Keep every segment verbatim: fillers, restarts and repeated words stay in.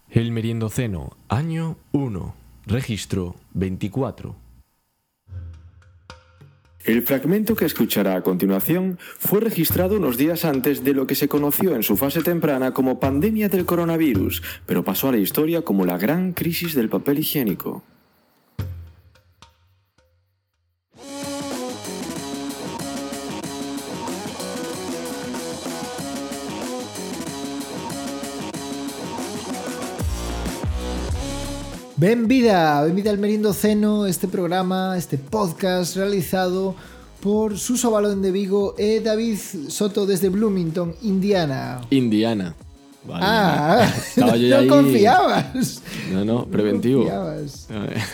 El Meriendoceno, año uno, registro veinticuatro. El fragmento que escuchará a continuación fue registrado unos días antes de lo que se conoció en su fase temprana como pandemia del coronavirus, pero pasó a la historia como la gran crisis del papel higiénico. Benvida, benvida al Meriendoceno, este programa, este podcast realizado por Suso Balón de Vigo e David Soto desde Bloomington, Indiana. Indiana. Vale. Ah, Estaba yo no ahí... confiabas. No, no, preventivo. No confiabas.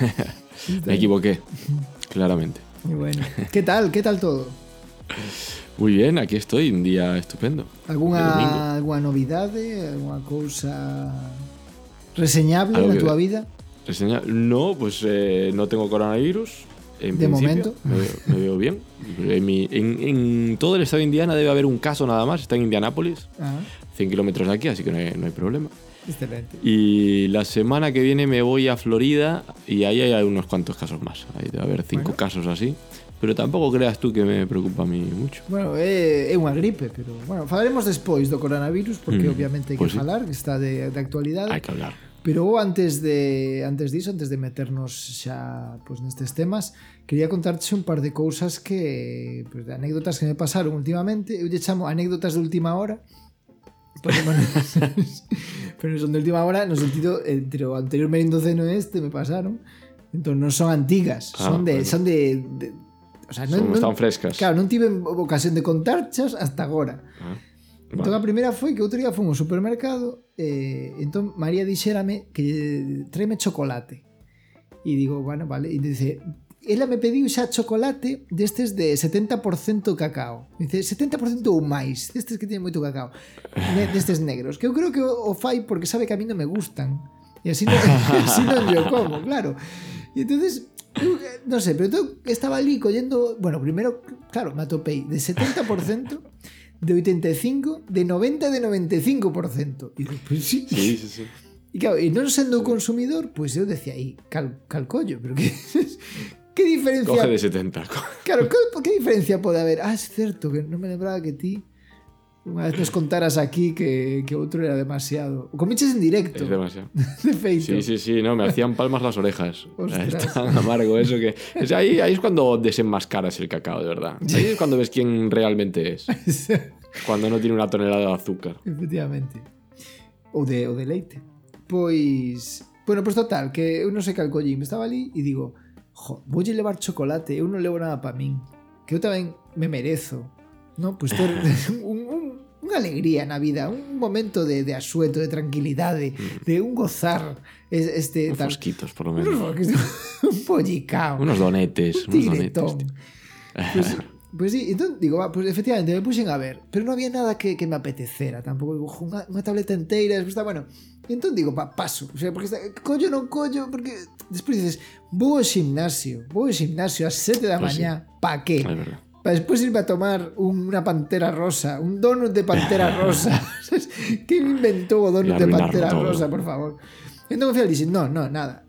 Me equivoqué, claramente. Y bueno, ¿qué tal? ¿Qué tal todo? Muy bien, aquí estoy, un día estupendo. Alguna, alguna novidade, alguna cousa reseñable Algo na que- túa vida? Reseña- No, pues eh, no tengo coronavirus. En De principio, momento. Me veo, me veo bien. En, mi- en- en todo el estado de Indiana debe haber un caso nada más. Está en Indianápolis, Ah, cien kilómetros de aquí, así que no hay, no hay problema. excelente. Y la semana que viene me voy a Florida y ahí hay unos cuantos casos más. Ahí debe haber cinco Bueno. casos así. Pero tampoco creas tú que me preocupa a mí mucho. Bueno, é, é unha gripe, pero bueno, falaremos despois do coronavirus porque Mm, obviamente hai que pues sí. falar, que está de, de actualidade. Hay que hablar. Pero antes de antes diso, antes de meternos xa pois nestes temas, quería contarte un par de cousas que pois de anécdotas que me pasaron últimamente. Eu lle chamo anécdotas de última hora. Porque, bueno, pero non son de última hora no sentido entre o anterior Meriendoceno e este me pasaron. Entón non son antigas, Ah, son de bueno. son de, de o sea, non, Son- non, están frescas. Claro, non tive ocasión de contarchas hasta agora. Ah, Entón vale. a primeira foi que outro día fomos ao supermercado e entón María dixérame que tráeme chocolate. E digo, bueno, vale, e dice, ela me pediu xa chocolate destes de setenta por ciento cacao. Dice, setenta por ciento ou máis, destes que tienen moito cacao. Ne- Destes negros, que eu creo que o o fai porque sabe que a mí non me gustan. E así non, así non yo como, claro. E entonces eu, eh, non sei, pero eu estaba ali collendo, bueno, primeiro, claro, me atopei de setenta por ciento, de oitenta e cinco, de noventa, de noventa e cinco por ciento. E digo, pues sí. Sí, sí, sí. E claro, e non sendo un consumidor, pois pues eu decía aí, cal, cal collo, pero que que diferencia? Coge de setenta. Claro, que, que diferencia pode haber? Ah, é certo, que non me lembraba que ti unha vez nos contaras aquí que, que outro era demasiado. O comiches en directo, Es demasiado. de feito. Sí, sí, sí, no, me hacían palmas las orejas. Ostras. Es tan amargo eso que... Es ahí, ahí es cuando desenmascaras el cacao, de verdad. Ahí es cuando ves quién realmente es. Cuando no tiene una tonelada de azúcar. Efectivamente. Ou de, ou de leite. Pois... Bueno, pois total, que eu non sei cal collín. Estaba ali e digo, jo, voulle levar chocolate, eu non levo nada para min. Que eu tamén me merezo. No? Pois ter un, un, unha alegría na vida, un momento de, de asueto, de tranquilidade, de un gozar. Es- Este, Unos tal- fosquitos, por lo Unos menos. fosquitos, un pollicao. Unos donetes. Un Unos donetes. tigretón. Pues, pues sí, entón, digo, va, pues efectivamente me puxen a ver, pero non había nada que, que me apetecera, tampouco digo, "Jo, unha, unha tableta inteira, despois está, bueno, e entón digo, pa, paso, o sea, porque está, collo non collo, porque despois dices, vou ao gimnasio, vou ao gimnasio ás sete da Pues sí. mañá, pa que? Es verdad. Para despois irme a tomar unha pantera rosa, un donut de pantera rosa. Que inventou o donut Y de arruinarlo pantera todo. rosa, por favor? Entón ao final dixen, no, no, nada.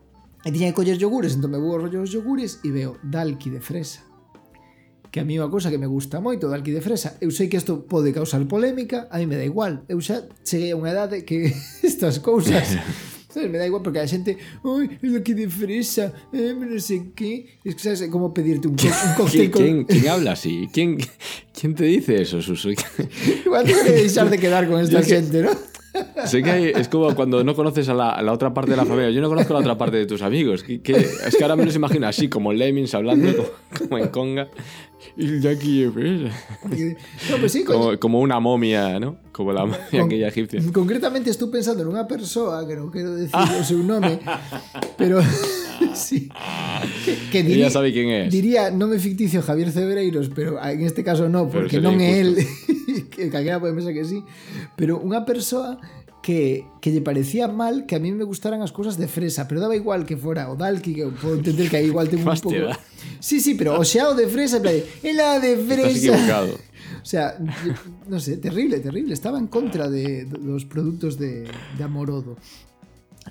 E tiña que coller yogures, entón me vou ao rollo dos yogures e veo Dalki de fresa. Que a mí é unha cousa que me gusta moito, o Dalki de fresa. Eu sei que isto pode causar polémica, a mí me da igual. Eu xa cheguei a unha edade que estas cousas... ¿Sabes? Me da igual porque a xente, ai, el Dalki de fresa, eh, non sei que... Es que sabes, é como pedirte un, co un cóctel ¿Quién, con... quién, quién habla así? ¿Quién, ¿Quién te dice eso, Suso? Igual tengo que deixar de quedar con esta Yo que- xente, ¿no? Sé que hay- es como cuando no conoces a la, a la otra parte de la familia. Yo no conozco a la otra parte de tus amigos. Que, que- es que ahora me los imagino así, como lemmings hablando, como, como en conga. Y el Jackie de fresa. No, pues sí, coño. Como, como una momia, ¿no? Como la momia Con- aquella egipcia. Concretamente estou pensando nunha persoa que non quero decir Ah. o seu nome, pero sí, que, que Ella diría, sabe quién es. diría nome ficticio Javier Cebreiros, pero en este caso no, Pero porque sería non é el, injusto. que calquera pode pensar que sí, pero unha persoa que, que lle parecía mal que a mí me gustaran as cousas de fresa, pero daba igual que fora o Dalki, que eu podo entender que aí igual tengo un Más te pouco... da. Sí, sí, pero o xeao de fresa, en plan, de, ela de fresa... Estás equivocado. O sea, yo- no sé, terrible, terrible. Estaba en contra de, de los productos de, de Amorodo.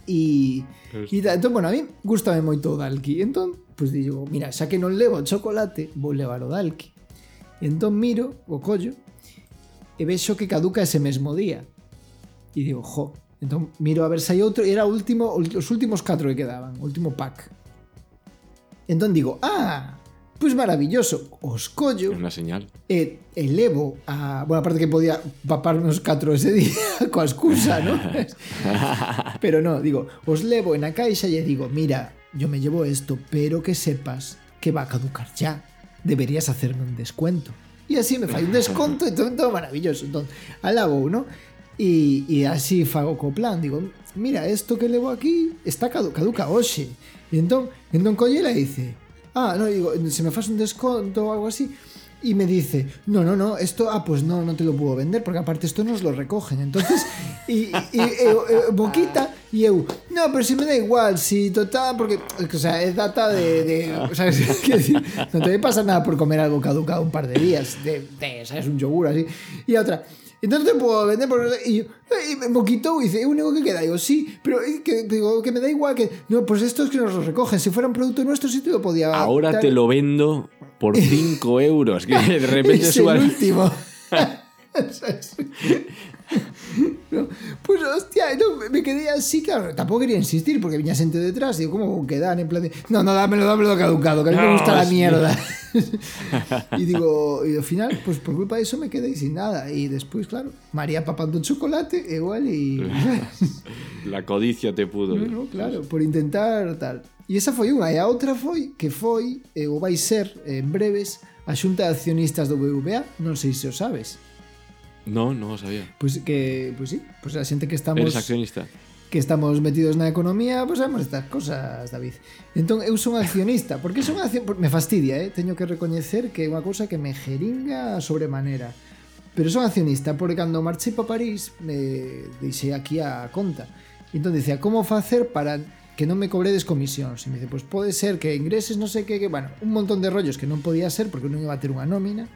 e e tal. Entón, bueno, a mí gustame moito o Dalki. Entón, pois digo, mira, xa que non levo chocolate, vou levar o Dalki. Entón miro o collo e vexo que caduca ese mesmo día. E digo, jo, entón miro a ver se hai outro, e era o último, os últimos catro que quedaban, o último pack. Entón digo, ah, pois maravilloso, os collo. É unha señal. E, e levo a... Bueno, aparte que podía paparme os catro ese día coa excusa, ¿no? Pero no, digo, os levo en a caixa e digo, mira, yo me llevo esto, pero que sepas que va a caducar ya. Deberías hacerme un descuento. E así me fai un desconto e todo, todo maravilloso. Entón, alá vou, ¿no? E, e así fago co plan. Digo, mira, esto que levo aquí está cadu caduca hoxe. E entón, entón collela e dice, ah, no, digo, se me faz un desconto ou algo así. Y me dice, no, no, no, esto, ah, pues no, no te lo puedo vender, porque aparte esto nos lo recogen. Entonces, y, y, y eu, eu, boquita, y eu, no, pero si me da igual, si total, porque, o sea, es data de, de o sea, es decir, no te pasa nada por comer algo caducado un par de días, de, de ¿sabes? Un yogur así. Y otra, entonces te puedo vender por... Y, y me quitó y dice, ¿es único que queda? Digo, sí, pero que, digo, que me da igual que... No, pues esto es que nos lo recogen. Si fuera un producto nuestro sí te lo podía... Ahora dar. Te lo vendo por cinco euros. Que de repente es suba... el último. No, pues hostia, no, me quedé así, claro, tampoco quería insistir porque venía gente detrás, digo, ¿cómo quedan? En plan de, no, no, dámelo, dámelo caducado, que a mí no, me gusta la mierda. Y digo, y al final, pues por culpa de eso me quedé sin nada. Y después, claro, María papando chocolate, igual, y la codicia te pudo. No, no, claro, por intentar tal. E esa foi unha, e a outra foi que foi, e ou vai ser en breves, a xunta de accionistas do B B V A, non sei se o sabes. No, no lo sabía. Pues que, pues sí, pues a xente que estamos... Eres accionista? Que estamos metidos na economía, pues sabemos estas cosas, David. Entón, eu son accionista. Por que son accionista? Me fastidia, eh? Teño que recoñecer que é unha cousa que me jeringa sobremanera. Pero son accionista, porque cando marchei para París, me deixei aquí a conta. Entón, dicía, como facer para que non me cobredes comisións? E me dice, pues pode ser que ingreses non sei que, que, bueno, un montón de rollos que non podía ser, porque non iba a ter unha nómina.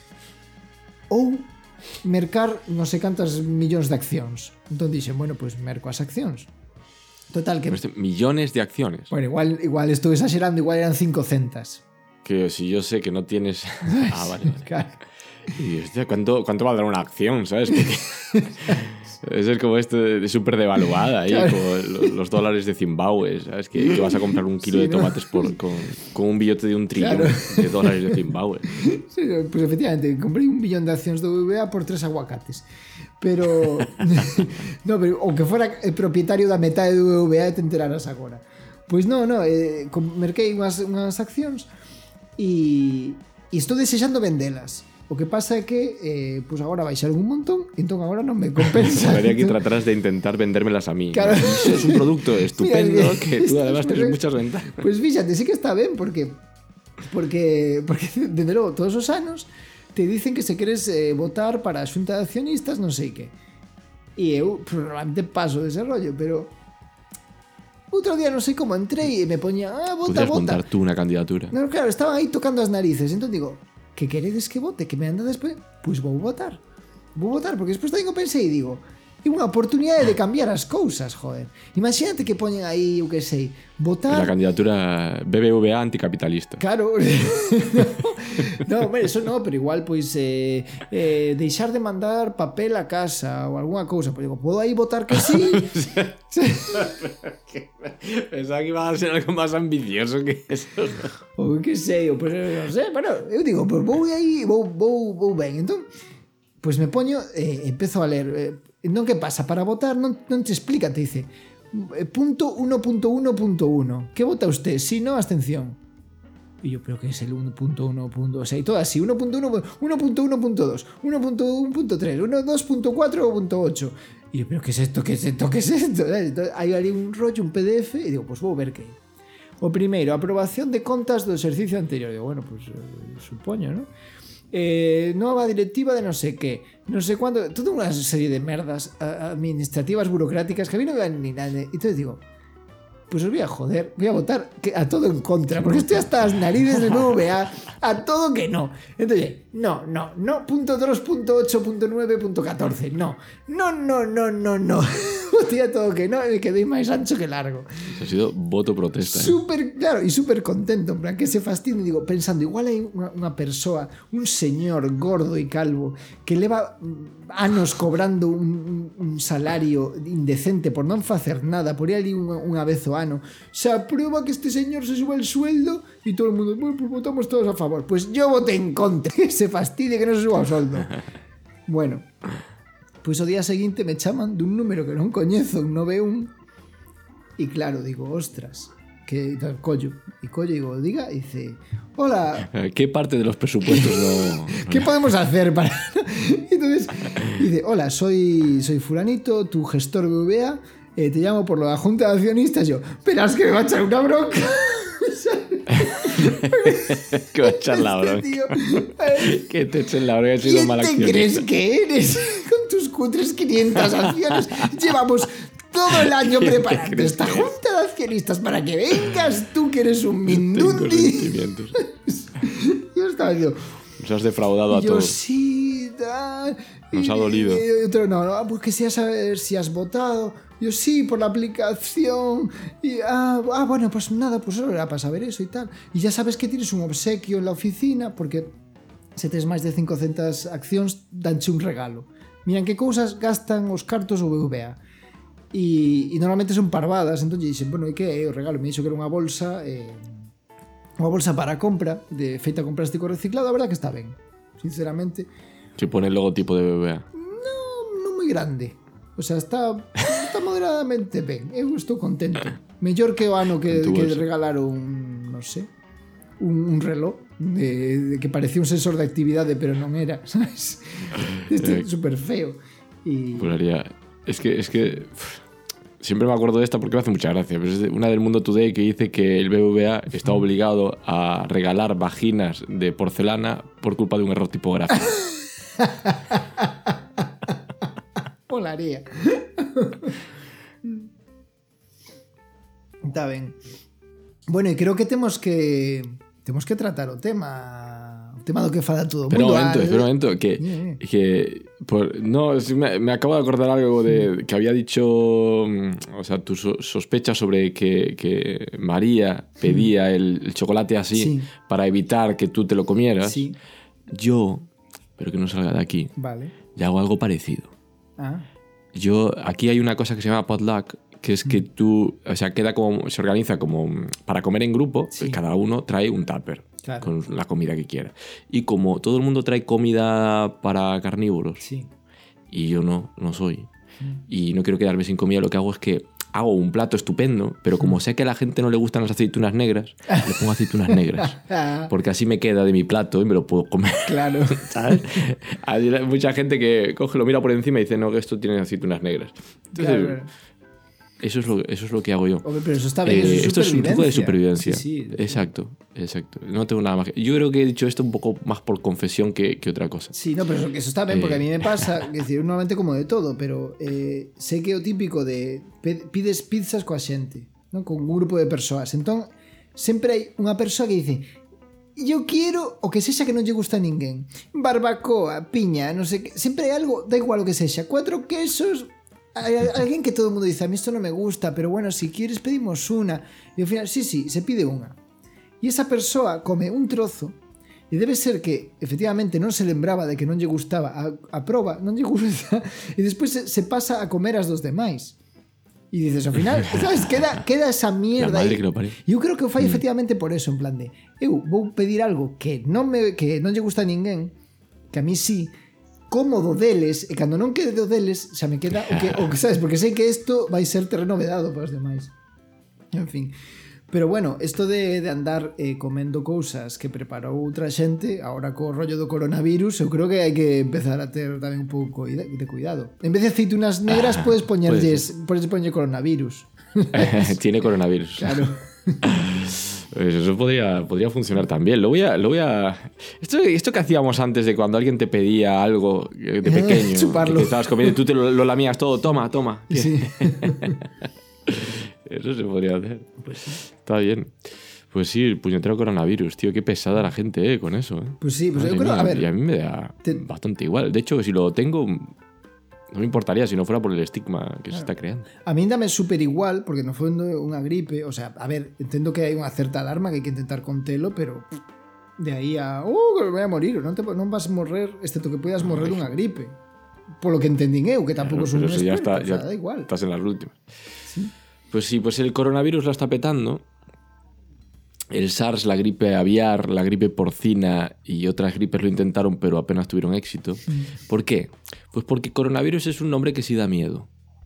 Ou mercar non sei cantas millóns de accións. Entón dixen, bueno, pues merco as accións. Total que... Pero millones de acciones. Bueno, igual, igual estuve exagerando, igual eran quinientas. Que si yo sé que no tienes... Ah, vale. vale. Claro. Y hostia, ¿cuánto, ¿cuánto valdrá una acción? ¿Sabes? Porque... Es el como esto de, de súper devaluada ahí, claro. Como los, los dólares de Zimbabue, ¿sabes? Que, que vas a comprar un kilo sí, de tomates ¿no? por, con, con un billete de un trillón claro. de dólares de Zimbabue. Sí, pues efectivamente, compré un billón de acciones de B B V A por tres aguacates. Pero... no, pero aunque fuera el propietario da metade de B B V A te enterarás agora. Pois non, non, eh, merquei unhas, unhas accións e, e estou desexando vendelas. O que pasa é que eh, pues agora baixaron un montón, entón agora non me compensa. Habría que tratarás de intentar vendérmelas a mí. Claro. ¿No? Es un producto estupendo. Mira, que tú además tienes muchas ventajas. Pues fíjate, sí que está ben porque porque porque desde logo todos os anos te dicen que se queres eh, votar para a xunta de accionistas, non sei que. E eu probablemente paso dese rollo, pero outro día non sei como entrei e me poña, ah, vota, Podrías vota. montar tú unha candidatura. No, claro, estaban aí tocando as narices, entón digo, que queredes que vote, que me anda despois, pois vou votar. Vou votar, porque despois tamén pensei e digo, é unha oportunidade de cambiar as cousas, joder. Imagínate que poñen aí, eu que sei, votar... La candidatura B B V A anticapitalista. Claro. No, bueno, eso no, pero igual, pois, eh, eh, deixar de mandar papel a casa ou alguna cousa. Pois digo, podo aí votar que sí? Pensaba que iba a ser algo máis ambicioso que eso. Ou que sei, ou pois, non sei, bueno, eu digo, pois vou aí, vou, vou, vou ben. Entón, pois me poño, eh, empezo a ler... Eh, non que pasa, para votar non, non te explica, te dice punto uno punto uno punto uno, que vota usted? Si no, abstención. E yo, pero que es el uno punto uno punto uno, o sea, y todo así, uno punto uno, uno punto uno punto dos, uno punto uno punto tres, uno punto dos punto cuatro punto ocho. E yo, pero que es esto, que es esto, que es esto? Entonces, hai ali un rollo, un P D F, e digo, pues vou ver que o primeiro, aprobación de contas do exercicio anterior. Digo, bueno, pues eh, supoño, ¿no? Eh, nova directiva de non sei que, non sei cuándo, toda unha serie de merdas administrativas burocráticas que a mí non me van ni nada. E entonces digo, pues os voy a joder, voy a votar que a todo en contra, porque estoy hasta las narices del B B V A, a todo que no. Entonces, no, no, no, punto dos, punto ocho, punto nueve, punto catorce, no, no, no, no, no, no. O Hostia, todo que no, me quedé máis ancho que largo. Eso ha sido voto protesta. ¿eh? Súper, claro, e súper contento, en plan, que se fastidia, digo, pensando, igual hai unha, unha persoa, un señor gordo e calvo, que leva anos cobrando un, un salario indecente por non facer nada, por ir ali unha, unha vez o ano, se aprueba que este señor se suba el sueldo e todo el mundo, bueno, pues votamos todos a favor. Pues yo voté en contra, que se fastidie que non se suba o soldo. Bueno, pois o día seguinte me chaman dun número que non coñezo, un nove un, e claro, digo, ostras, que tal, collo, e collo, digo, diga, e dice, hola, ¿qué parte de los presupuestos no...? ¿qué podemos hacer para...? Entonces, dice, hola, soy, soy fulanito, tu gestor B V A, eh, te llamo por la Junta de Accionistas. Yo, verás que me va a echar una bronca. Que va a echar la bronca. Tío, que te echen la bronca, he sido mal ¿quién te crees que eres? Con tus cutres quinientas acciones. Llevamos todo el año preparando esta junta de accionistas para que vengas tú, que eres un mindundi. Yo estaba yo. Nos has defraudado a yo, todos. Sí, tal. Nos ha dolido. Y otro, no, no, pues quisiera saber si has votado. Yo sí, por la aplicación. Y, ah, ah, bueno, pues nada, pues solo era para saber eso y tal. Y ya sabes que tienes un obsequio en la oficina, porque se tes máis de cincocentas accións, danche un regalo. Miran que cousas gastan os cartos o B V A. E, e normalmente son parvadas. Entón dixen, bueno, e que é o regalo? Me dixo que era unha bolsa, eh, unha bolsa para compra, de feita con plástico reciclado. A verdad que está ben, sinceramente. Si pone el logotipo de B B A. No, non moi grande. O sea, está, está moderadamente ben. Eu estou contento. Mellor que o ano que, que regalaron, non sei, un, un reloj de, de que parecía un sensor de actividade, pero non era, sabes? Este é super feo. Y... Pues haría... Es que, es que siempre me acuerdo de esta porque me hace mucha gracia, pero es una del Mundo Today que dice que el B B V A está obligado a regalar vaginas de porcelana por culpa de un error tipográfico. Molaría. Está ben. Bueno, e creo que temos que temos que tratar o tema o tema do que fala todo o pero mundo. Un momento, ah, espera un momento, que, yeah. que por, no, me, me acabo de acordar algo de que había dicho, o sea, tus sospechas sobre que, que María pedía sí. el, el chocolate así sí. para evitar que tú te lo comieras. Sí. Yo, pero que no salga de aquí, vale. ya hago algo parecido. Ah. Yo, aquí hay una cosa que se llama potluck, que es que tú, o sea, queda como, se organiza como para comer en grupo, sí. cada uno trae un tupper claro. con la comida que quiera. Y como todo el mundo trae comida para carnívoros, sí. y yo no, no soy, mm. y no quiero quedarme sin comida, lo que hago es que hago un plato estupendo, pero como sé que a la gente no le gustan las aceitunas negras, le pongo aceitunas negras. Porque así me queda de mi plato y me lo puedo comer. Claro. ¿Sabes? Hay mucha gente que coge, lo mira por encima y dice, no, que esto tiene aceitunas negras. Entonces, claro. Eso es, lo, eso es lo que hago yo. Hombre, pero eso está bien. Eh, eso es esto es un truco de supervivencia. Sí, sí, exacto, exacto. No tengo nada más. Yo creo que he dicho esto un poco más por confesión que, que otra cosa. Sí, no, pero eso está bien, porque eh... a mí me pasa, es decir, normalmente como de todo, pero eh, sé que é o típico de pides pizzas coa xente, ¿no? Con un grupo de persoas. Entón, sempre hai unha persoa que dice, yo quiero o que sexa que non lle gusta a ninguén. Barbacoa, piña, non sei que. Sempre hai algo, da igual o que sexa. Cuatro quesos. Hay alguien que todo el mundo dice, a mí esto no me gusta, pero bueno, si quieres pedimos una. Y al final, sí, sí, se pide una. Y esa persoa come un trozo e debe ser que efectivamente non se lembraba de que non lle gustaba a, a proba, non lle gusta, e despois se, se pasa a comer as dos demais. E dices, ao final, sabes, queda, queda esa mierda aí. E eu creo que o fai efectivamente por eso, en plan de, eu vou pedir algo que non, me, que non lle gusta a ninguén, que a mí sí, cómodo deles, e cando non quede do deles xa me queda o que, o que sabes, porque sei que isto vai ser terreno vedado para os demais. En fin, pero bueno, isto de, de andar eh, comendo cousas que preparou outra xente agora co rollo do coronavirus, eu creo que hai que empezar a ter tamén un pouco de cuidado. En vez de aceitunas negras ah, podes poñerlles podes poñer coronavirus. Tiene coronavirus. Claro. Pues eso podría, podría funcionar también. Lo voy a, lo voy a... Esto, esto que hacíamos antes de cuando alguien te pedía algo de pequeño, chuparlo. Que estabas comiendo y tú te lo, lo lamías todo, toma, toma. Sí. Eso se podría hacer. Pues sí. Está bien. Pues sí, el puñetero coronavirus, tío, qué pesada la gente, eh, con eso. Eh. Pues sí, pues yo creo, a ver... Y a mí me da te... bastante igual. De hecho, si lo tengo... no me importaría si no fuera por el estigma que claro. se está creando. A mí dame súper igual, porque no fondo unha gripe, o sea, a ver, entendo que hai unha certa alarma que hai que intentar contelo, pero de aí a, uh, que me voy a morir, non, te, non vas a morrer, excepto que puedas morrer dunha gripe. Polo que entendín eu, que tampouco claro, son un experto, ya está, ya o sea, da igual. Estás en las últimas. ¿Sí? Pues sí, pues el coronavirus la está petando. El SARS, la gripe aviar, la gripe porcina y otras gripes lo intentaron, pero apenas tuvieron éxito. ¿Por qué? Pues porque coronavirus es un nombre que sí da miedo.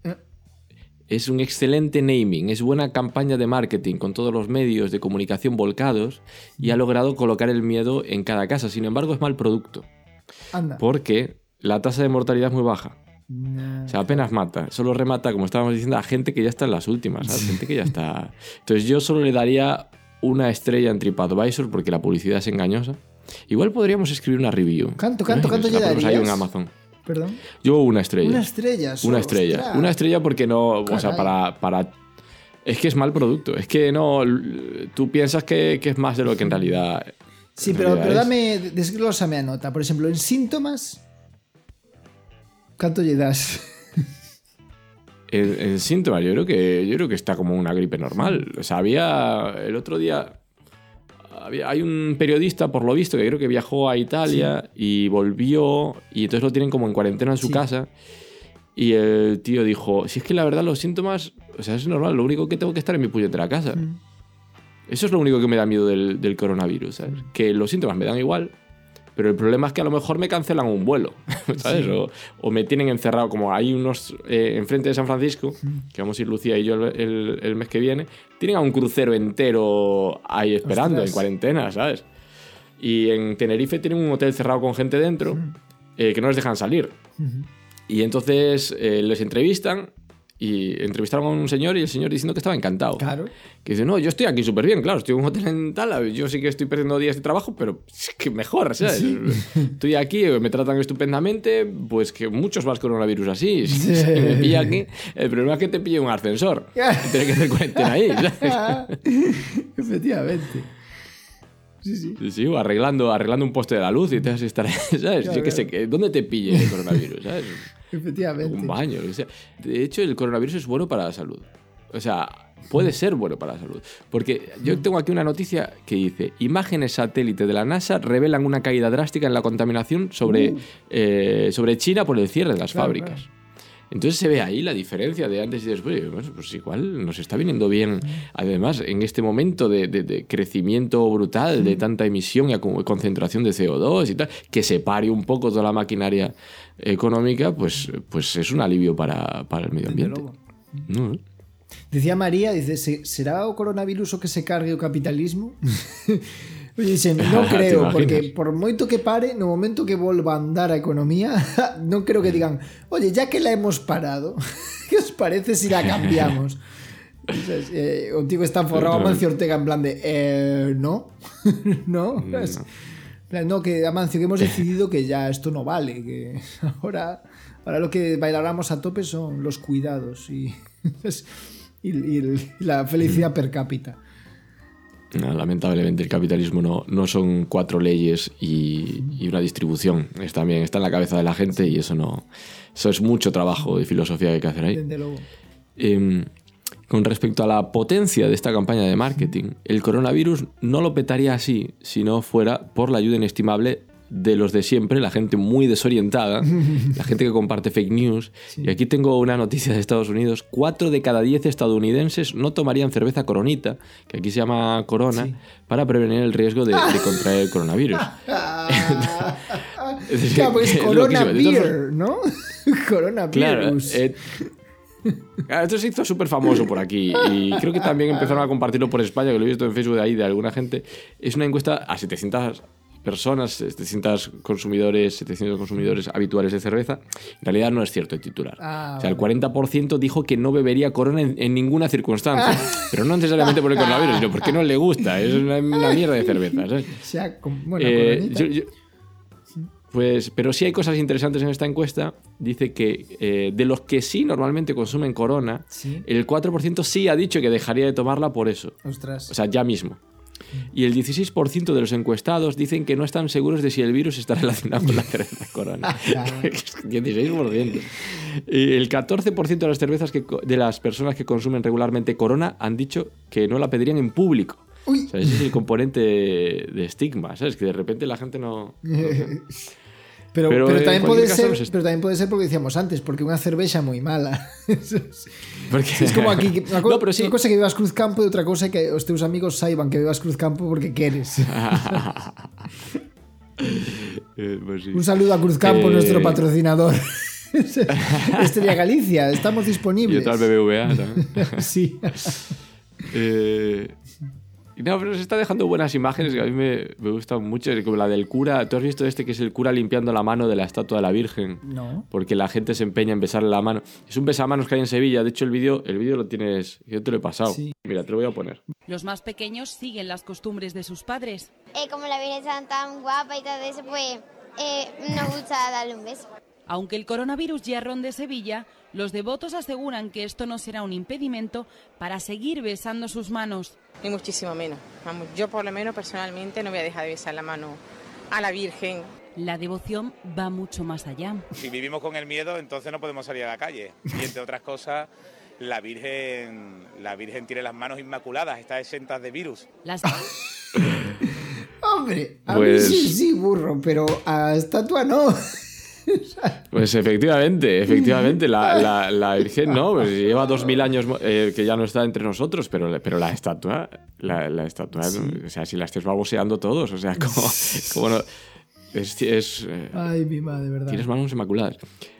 Es un excelente naming, es buena campaña de marketing con todos los medios de comunicación volcados y ha logrado colocar el miedo en cada casa. Sin embargo, es mal producto. Anda. Porque la tasa de mortalidad es muy baja. No. O sea, apenas mata. Solo remata, como estábamos diciendo, a gente que ya está en las últimas, ¿sabes? Gente que ya está... Entonces yo solo le daría una estrella en TripAdvisor porque la publicidad es engañosa. Igual podríamos escribir una review. Canto, canto, canto ya darías. Hay en Amazon. Perdón. Yo una estrella. Una estrella. Solo, una estrella. Ostras. Una estrella porque no... Caray. O sea, para... para es que es mal producto. Es que no... Tú piensas que, que es más de lo que en realidad... Sí, en pero, realidad pero es. dame... Desglósame a nota. Por ejemplo, en síntomas... ¿Cuánto le das? En, en síntomas, yo creo que yo creo que está como una gripe normal. O sea, había el otro día había, hay un periodista, por lo visto, que creo que viajó a Italia sí. y volvió y entonces lo tienen como en cuarentena en su sí. casa y el tío dijo, si es que la verdad los síntomas, o sea, es normal, lo único que tengo que estar en mi puñetera casa. Mm. Eso es lo único que me da miedo del, del coronavirus, ¿sabes? Mm. Que los síntomas me dan igual. Pero el problema es que a lo mejor me cancelan un vuelo, ¿sabes? Sí. O, o me tienen encerrado, como hay unos eh, enfrente de San Francisco, que vamos a ir Lucía y yo el, el, el mes que viene, tienen a un crucero entero ahí esperando, Ostras. en cuarentena, ¿sabes? Y en Tenerife tienen un hotel cerrado con gente dentro, uh-huh. eh, que no les dejan salir. Uh-huh. Y entonces eh, les entrevistan, y entrevistaron a un señor y el señor diciendo que estaba encantado. Claro. Que dice, no, yo estoy aquí súper bien, claro, estoy en un hotel en tal, yo sí que estoy perdiendo días de trabajo, pero es que mejor, ¿sabes? Sí. Estoy aquí, me tratan estupendamente, pues que muchos más coronavirus así. Si sí. me pilla aquí, el problema es que te pille un ascensor. Y tienes que hacer cuarentena ahí, ¿sabes? Efectivamente. Sí, sí. Sí, sí, o arreglando, arreglando un poste de la luz y te vas a estar, ¿sabes? Claro, yo que sé, ¿dónde te pille el coronavirus, ¿sabes? Efectivamente. Un baño, o sea. De hecho, el coronavirus es bueno para la salud. O sea, puede ser bueno para la salud. Porque yo tengo aquí una noticia que dice, imágenes satélite de la NASA revelan una caída drástica en la contaminación sobre, uh. eh, sobre China por el cierre de las claro, fábricas. Claro. Entonces se ve ahí la diferencia de antes y después. Bueno, pues igual nos está viniendo bien, además, en este momento de, de, de crecimiento brutal, de tanta emisión y concentración de C O dos y tal, que se pare un poco toda la maquinaria económica, pues, pues es un alivio para, para el medio ambiente. No, ¿eh? Decía María, dice, ¿será o coronavirus o que se cargue o capitalismo? Oye, dicen, no creo, porque por moito que pare, no momento que volva a andar a economía, non creo que digan, oye, ya que la hemos parado, ¿qué os parece si la cambiamos? Entonces, eh, o tío está forrado a Amancio Ortega en plan de, eh, no, no, no. Es, no, que Amancio, que hemos decidido que ya esto no vale, que ahora, ahora lo que bailáramos a tope son los cuidados y, y, y la felicidad per cápita. No, lamentablemente el capitalismo no, no son cuatro leyes y, y una distribución. Es también, está en la cabeza de la gente y eso no. Eso es mucho trabajo de filosofía que hay que hacer ahí. Desde luego. Eh, con respecto a la potencia de esta campaña de marketing, el coronavirus no lo petaría así si no fuera por la ayuda inestimable de los de siempre, la gente muy desorientada, la gente que comparte fake news. Sí. Y aquí tengo una noticia de Estados Unidos. Cuatro de cada diez estadounidenses no tomarían cerveza Coronita, que aquí se llama Corona, sí. para prevenir el riesgo de, de contraer el coronavirus. es claro, pues es Corona Beer, ¿no? Corona Claro, eh, esto se hizo súper famoso por aquí y creo que también empezaron a compartirlo por España, que lo he visto en Facebook de ahí de alguna gente. Es una encuesta a setecientas personas, setecientos consumidores, setecientos consumidores habituales de cerveza. En realidad no es cierto el titular. Ah, o sea, el cuarenta por ciento dijo que no bebería Corona en, en ninguna circunstancia. Pero no necesariamente por el coronavirus, sino porque no le gusta. Es una, una mierda de cerveza, ¿sabes? O sea, bueno, eh, yo, yo, pues, pero sí hay cosas interesantes en esta encuesta. Dice que eh, de los que sí normalmente consumen Corona, ¿sí? el cuatro por ciento sí ha dicho que dejaría de tomarla por eso. Ostras. O sea, ya mismo. Y el dieciséis por ciento de los encuestados dicen que no están seguros de si el virus está relacionado con la cerveza Corona. dieciséis por ciento. Y el catorce por ciento de las cervezas que, de las personas que consumen regularmente Corona han dicho que no la pedirían en público. Uy. O sea, ese es el componente de estigma, ¿sabes? Que de repente la gente no... no Pero, pero, pero, también puede caso, ser, pues, pero también puede ser porque decíamos antes, porque una cerveza muy mala. Porque... Es como aquí, que, una, co no, pero sí. una cosa que vivas Cruzcampo y otra cosa que os teus amigos saiban que vivas Cruzcampo porque quieres. eh, pues sí. Un saludo a Cruzcampo, eh... nuestro patrocinador. Estrella Galicia, estamos disponibles. Y otro al B B V A también. Sí. eh... No, pero se está dejando buenas imágenes que a mí me, me gustan mucho, como la del cura. ¿Tú has visto este que es el cura limpiando la mano de la estatua de la Virgen? No. Porque la gente se empeña en besarle la mano. Es un besamanos que hay en Sevilla. De hecho, el vídeo el vídeo lo tienes... Yo te lo he pasado. Sí. Mira, te lo voy a poner. Los más pequeños siguen las costumbres de sus padres. Eh, como la Virgen está tan guapa y todo eso, pues eh, nos gusta darle un beso. Aunque el coronavirus ya ronde Sevilla, los devotos aseguran que esto no será un impedimento para seguir besando sus manos. Ni muchísimo menos. Vamos, yo por lo menos personalmente no voy a dejar de besar la mano a la Virgen. La devoción va mucho más allá. Si vivimos con el miedo, entonces no podemos salir a la calle. Y entre otras cosas, la Virgen, la Virgen tiene las manos inmaculadas, está exenta de virus. Las... Hombre, a Pues- mí sí, sí, burro, pero a estatua no. Pues efectivamente, efectivamente, la, la, la Virgen no, pues lleva dos mil años eh, que ya no está entre nosotros, pero, pero la estatua, la, la estatua, Sí. o sea, si la estés baboseando todos, o sea, como, como no, es, es, eh, Ay, mi madre, verdad. tienes manos inmaculadas.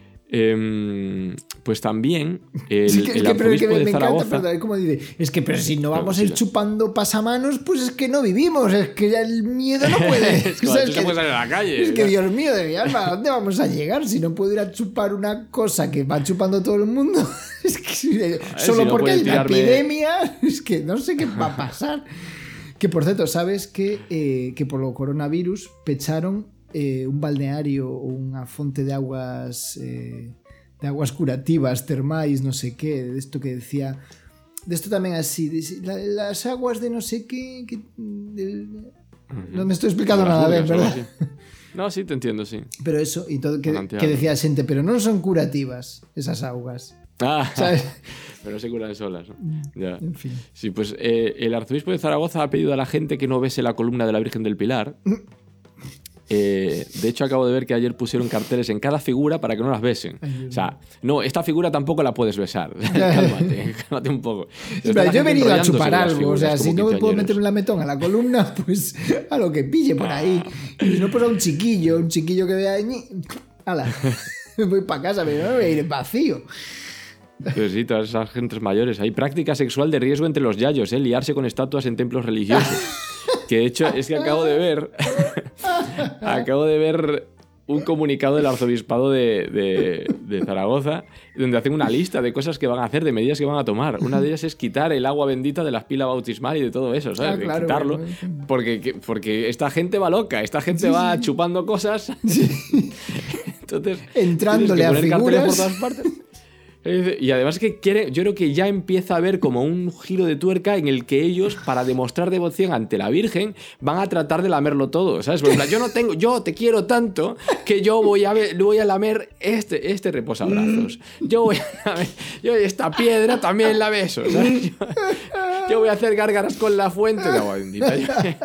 Eh, pues también el, Sí, que, es el que, pero es que arzobispo me, de me encanta, Zaragoza... perdón, como dice, es que pero si no Claro, vamos sí, a ir la- chupando pasamanos, pues es que no vivimos, es que ya el miedo no puede. Es como, O sea, tú es se que- puede salir a la calle. Es que ¿no? Dios mío de mi alma, ¿a dónde vamos a llegar si no puedo ir a chupar una cosa que va chupando todo el mundo? Es que solo si no porque hay puedes una tirarme- epidemia, es que no sé qué va a pasar. Que por cierto, ¿sabes que, eh, que por lo coronavirus pecharon eh, un balneario o una fonte de aguas eh, de aguas curativas, termais, no sé qué, de esto que decía, de esto también así, de, la- las aguas de no sé qué, que, del- no me estoy explicando Las nada, burgas, ¿verdad? algo así. No, sí, te entiendo, sí. Pero eso, y todo, que, Manantial. que decía gente, pero no son curativas esas aguas, Ah, ¿sabes? pero se curan solas, ¿no? Ya. En fin. Sí, pues eh, el arzobispo de Zaragoza ha pedido a la gente que no bese la columna de la Virgen del Pilar. Eh, de hecho, acabo de ver que ayer pusieron carteles en cada figura para que no las besen. O sea, no, esta figura tampoco la puedes besar. cálmate, cálmate un poco. Está Pero la yo he gente venido a enrollándose chupar con las algo, o figuras, sea, como si no me puedo quinceañeros. meter un lametón a la columna, pues a lo que pille por ahí. Y si no, pues a un chiquillo, un chiquillo que vea ahí, ¡hala! Me voy para casa, pero no me voy a ir vacío. Pero sí, todas esas gentes mayores. Hay práctica sexual de riesgo entre los yayos, ¿eh? Liarse con estatuas en templos religiosos. Que de hecho es que acabo de ver. acabo de ver un comunicado del arzobispado de, de, de Zaragoza donde hacen una lista de cosas que van a hacer, de medidas que van a tomar. Una de ellas es quitar el agua bendita de las pilas bautismal y de todo eso, ¿sabes? Ah, claro, quitarlo. bueno, Porque, que- porque esta gente va loca, esta gente Sí, va sí. chupando cosas. Entonces, Entrándole tienes a que poner carteles por figuras. todas partes. Y además que quiere, yo creo que ya empieza a haber como un giro de tuerca en el que ellos, para demostrar devoción ante la Virgen, van a tratar de lamerlo todo, ¿sabes? Porque en plan, yo no tengo, yo te quiero tanto que yo voy a, ver- voy a lamer este, este reposabrazos. Yo voy a lamer, yo esta piedra también la beso, ¿sabes? Yo, yo voy a hacer gárgaras con la fuente de agua bendita.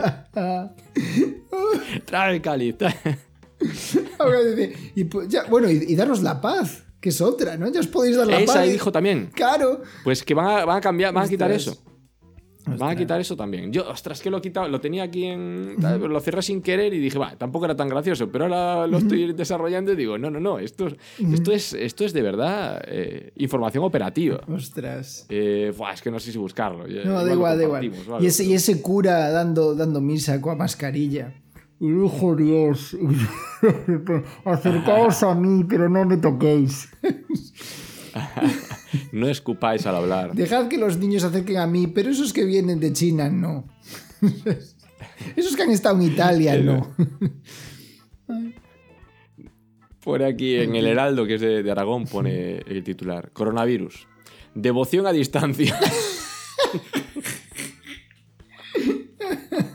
Trae el cáliz. Ahora dice, y, pues, ya, bueno, y, y daros la paz, que es otra, ¿no? Ya os podéis dar la Esa paz. dijo también. Claro. Pues que van a, van a cambiar, van a quitar Ostras. eso. Van a quitar eso también. Yo, ostras, que lo he quitado, lo tenía aquí en. tal, pero lo cerré sin querer y dije, va, tampoco era tan gracioso. Pero ahora lo estoy desarrollando y digo, no, no, no, esto, esto, es, esto es de verdad eh, información operativa. Ostras. Eh, buah, es que no sé si buscarlo. No, da igual, da igual. Y ese, y ese cura dando, dando misa con mascarilla. Y dijo Dios, acercaos a mí, pero no me toquéis. No escupáis al hablar. Dejad que los niños se acerquen a mí, pero esos que vienen de China, no. Esos que han estado en Italia, no. Por aquí en el Heraldo, que es de, de Aragón, pone el titular: Coronavirus. Devoción a distancia.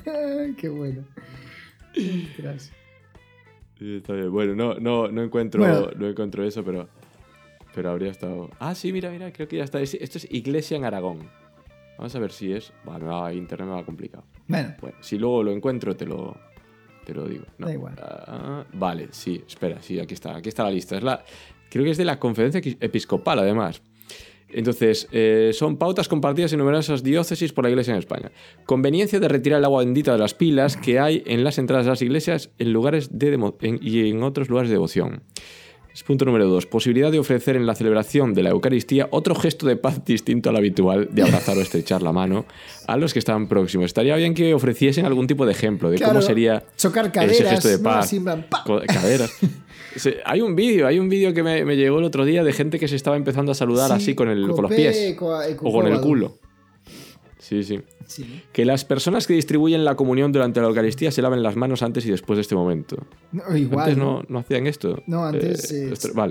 Qué bueno. Ostras. Sí, está bien. Bueno, no, no, no, encuentro, Bueno. no encuentro eso, pero, pero habría estado... Ah, sí, mira, mira, creo que ya está. Es- Esto es Iglesia en Aragón. Vamos a ver si es... Bueno, me va- internet me va complicado. Bueno, Bueno, si luego lo encuentro, te lo, te lo digo. No. Da igual. Ah, vale, sí, espera, sí, aquí está, aquí está la lista. Es la, creo que es de la Conferencia Episcopal, además. Entonces, eh, son pautas compartidas en numerosas diócesis por la Iglesia en España. Conveniencia de retirar el agua bendita de las pilas que hay en las entradas de las iglesias en lugares de demo- en- y en otros lugares de devoción. Es punto número dos. Posibilidad de ofrecer en la celebración de la Eucaristía otro gesto de paz distinto al habitual de abrazar o estrechar la mano a los que están próximos. Estaría bien que ofreciesen algún tipo de ejemplo de claro, cómo sería chocar ese caderas, gesto de ¿no? paz. Así en plan, ¡pa! Co- caderas. Se- hay un vídeo, hay un vídeo que me, me llegó el otro día de gente que se estaba empezando a saludar Sí, así con, el, con los copé, pies co- eh, o con el cóbado. culo. Sí, sí. Sí. Que las personas que distribuyen la comunión durante la Eucaristía se laven las manos antes y después de este momento. No, igual. Antes no, no hacían esto. No, antes, eh, esto- vale,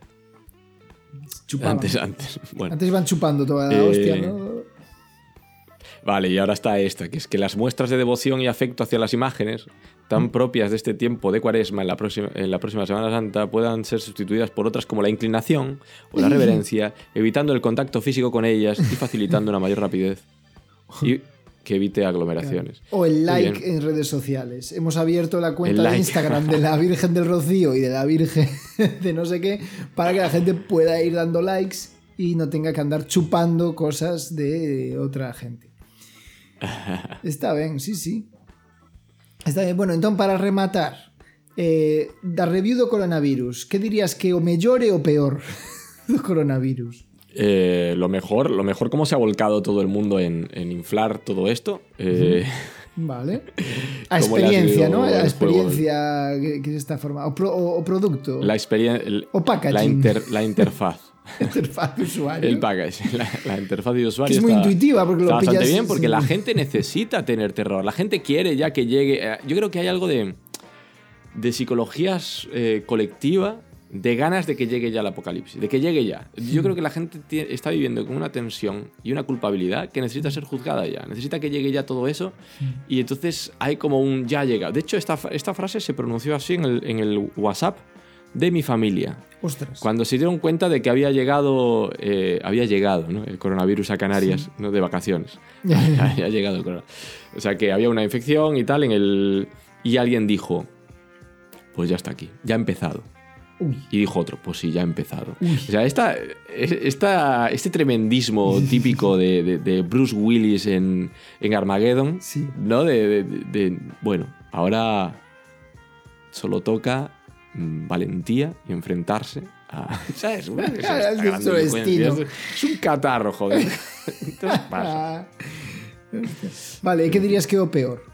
Chupaban. antes, antes. Bueno. Antes iban chupando toda la Eh, hostia, ¿no? Vale, y ahora está esta, que es que las muestras de devoción y afecto hacia las imágenes, tan propias de este tiempo de Cuaresma en la próxima, en la próxima Semana Santa, puedan ser sustituidas por otras como la inclinación o la reverencia, evitando el contacto físico con ellas y facilitando una mayor rapidez y que evite aglomeraciones. O el Muy like bien. en redes sociales. Hemos abierto la cuenta El de like. Instagram de la Virgen del Rocío y de la Virgen de no sé qué, para que la gente pueda ir dando likes y no tenga que andar chupando cosas de otra gente. Está bien, sí, sí. Está bien. Bueno, entón para rematar, eh, da review do coronavirus, que dirías que o mellore o peor do coronavirus? Eh, lo mejor, lo mejor cómo se ha volcado todo el mundo en, en inflar todo esto. Eh, Vale. A ¿Cómo le has experiencia, ido ¿no? A el experiencia que, que se está formando. O, pro- o- o producto. la experiencia, O packaging. la, inter- la interfaz. Interfaz de usuario. El package, la, la interfaz de usuario Que es muy está, intuitiva, porque lo está bastante pillas bien porque sin- la gente necesita tener terror. La gente quiere ya que llegue. eh, Yo creo que hay algo de, de psicología eh, colectiva, de ganas de que llegue ya el apocalipsis, de que llegue ya. Yo creo que la gente tie- está viviendo con una tensión y una culpabilidad que necesita ser juzgada ya. Necesita que llegue ya todo eso y entonces hay como un ya llega. De hecho, esta, esta frase se pronunció así en el, en el WhatsApp de mi familia. Ostras. Cuando se dieron cuenta de que había llegado, eh, había llegado, ¿no? El coronavirus a Canarias, ¿no? De vacaciones. había llegado el coronavirus. O sea, que había una infección y tal en el... Y alguien dijo, pues ya está aquí, ya ha empezado. Uy. Y dijo otro, pues sí, ya ha empezado. Uy. O sea, esta, esta, este tremendismo típico de, de- de Bruce Willis en, en Armageddon, Sí. ¿no? De, de- de- de, bueno, ahora solo toca mm, valentía y enfrentarse a... ¿Sabes? Una- esa- esta Es nuestro grandilocuencia. destino. Es un catarro, joder. Entonces pasa. Ah. Vale, ¿y qué dirías que é o peor?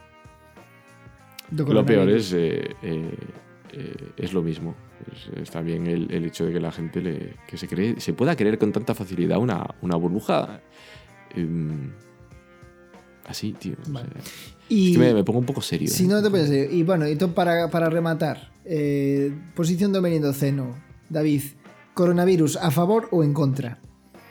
Do Lo peor coronavirus? es, eh, eh, eh, es lo mismo. Es- está bien el, el hecho de que la gente le, que se, cree, se pueda creer con tanta facilidad una, una burbuja em, así, tío. O Vale. sea, Y es que me, me pongo un poco serio. si ¿eh? non te pones serio. E bueno, entón para, para rematar, eh, posición do merindoceno, David, coronavirus a favor ou en contra?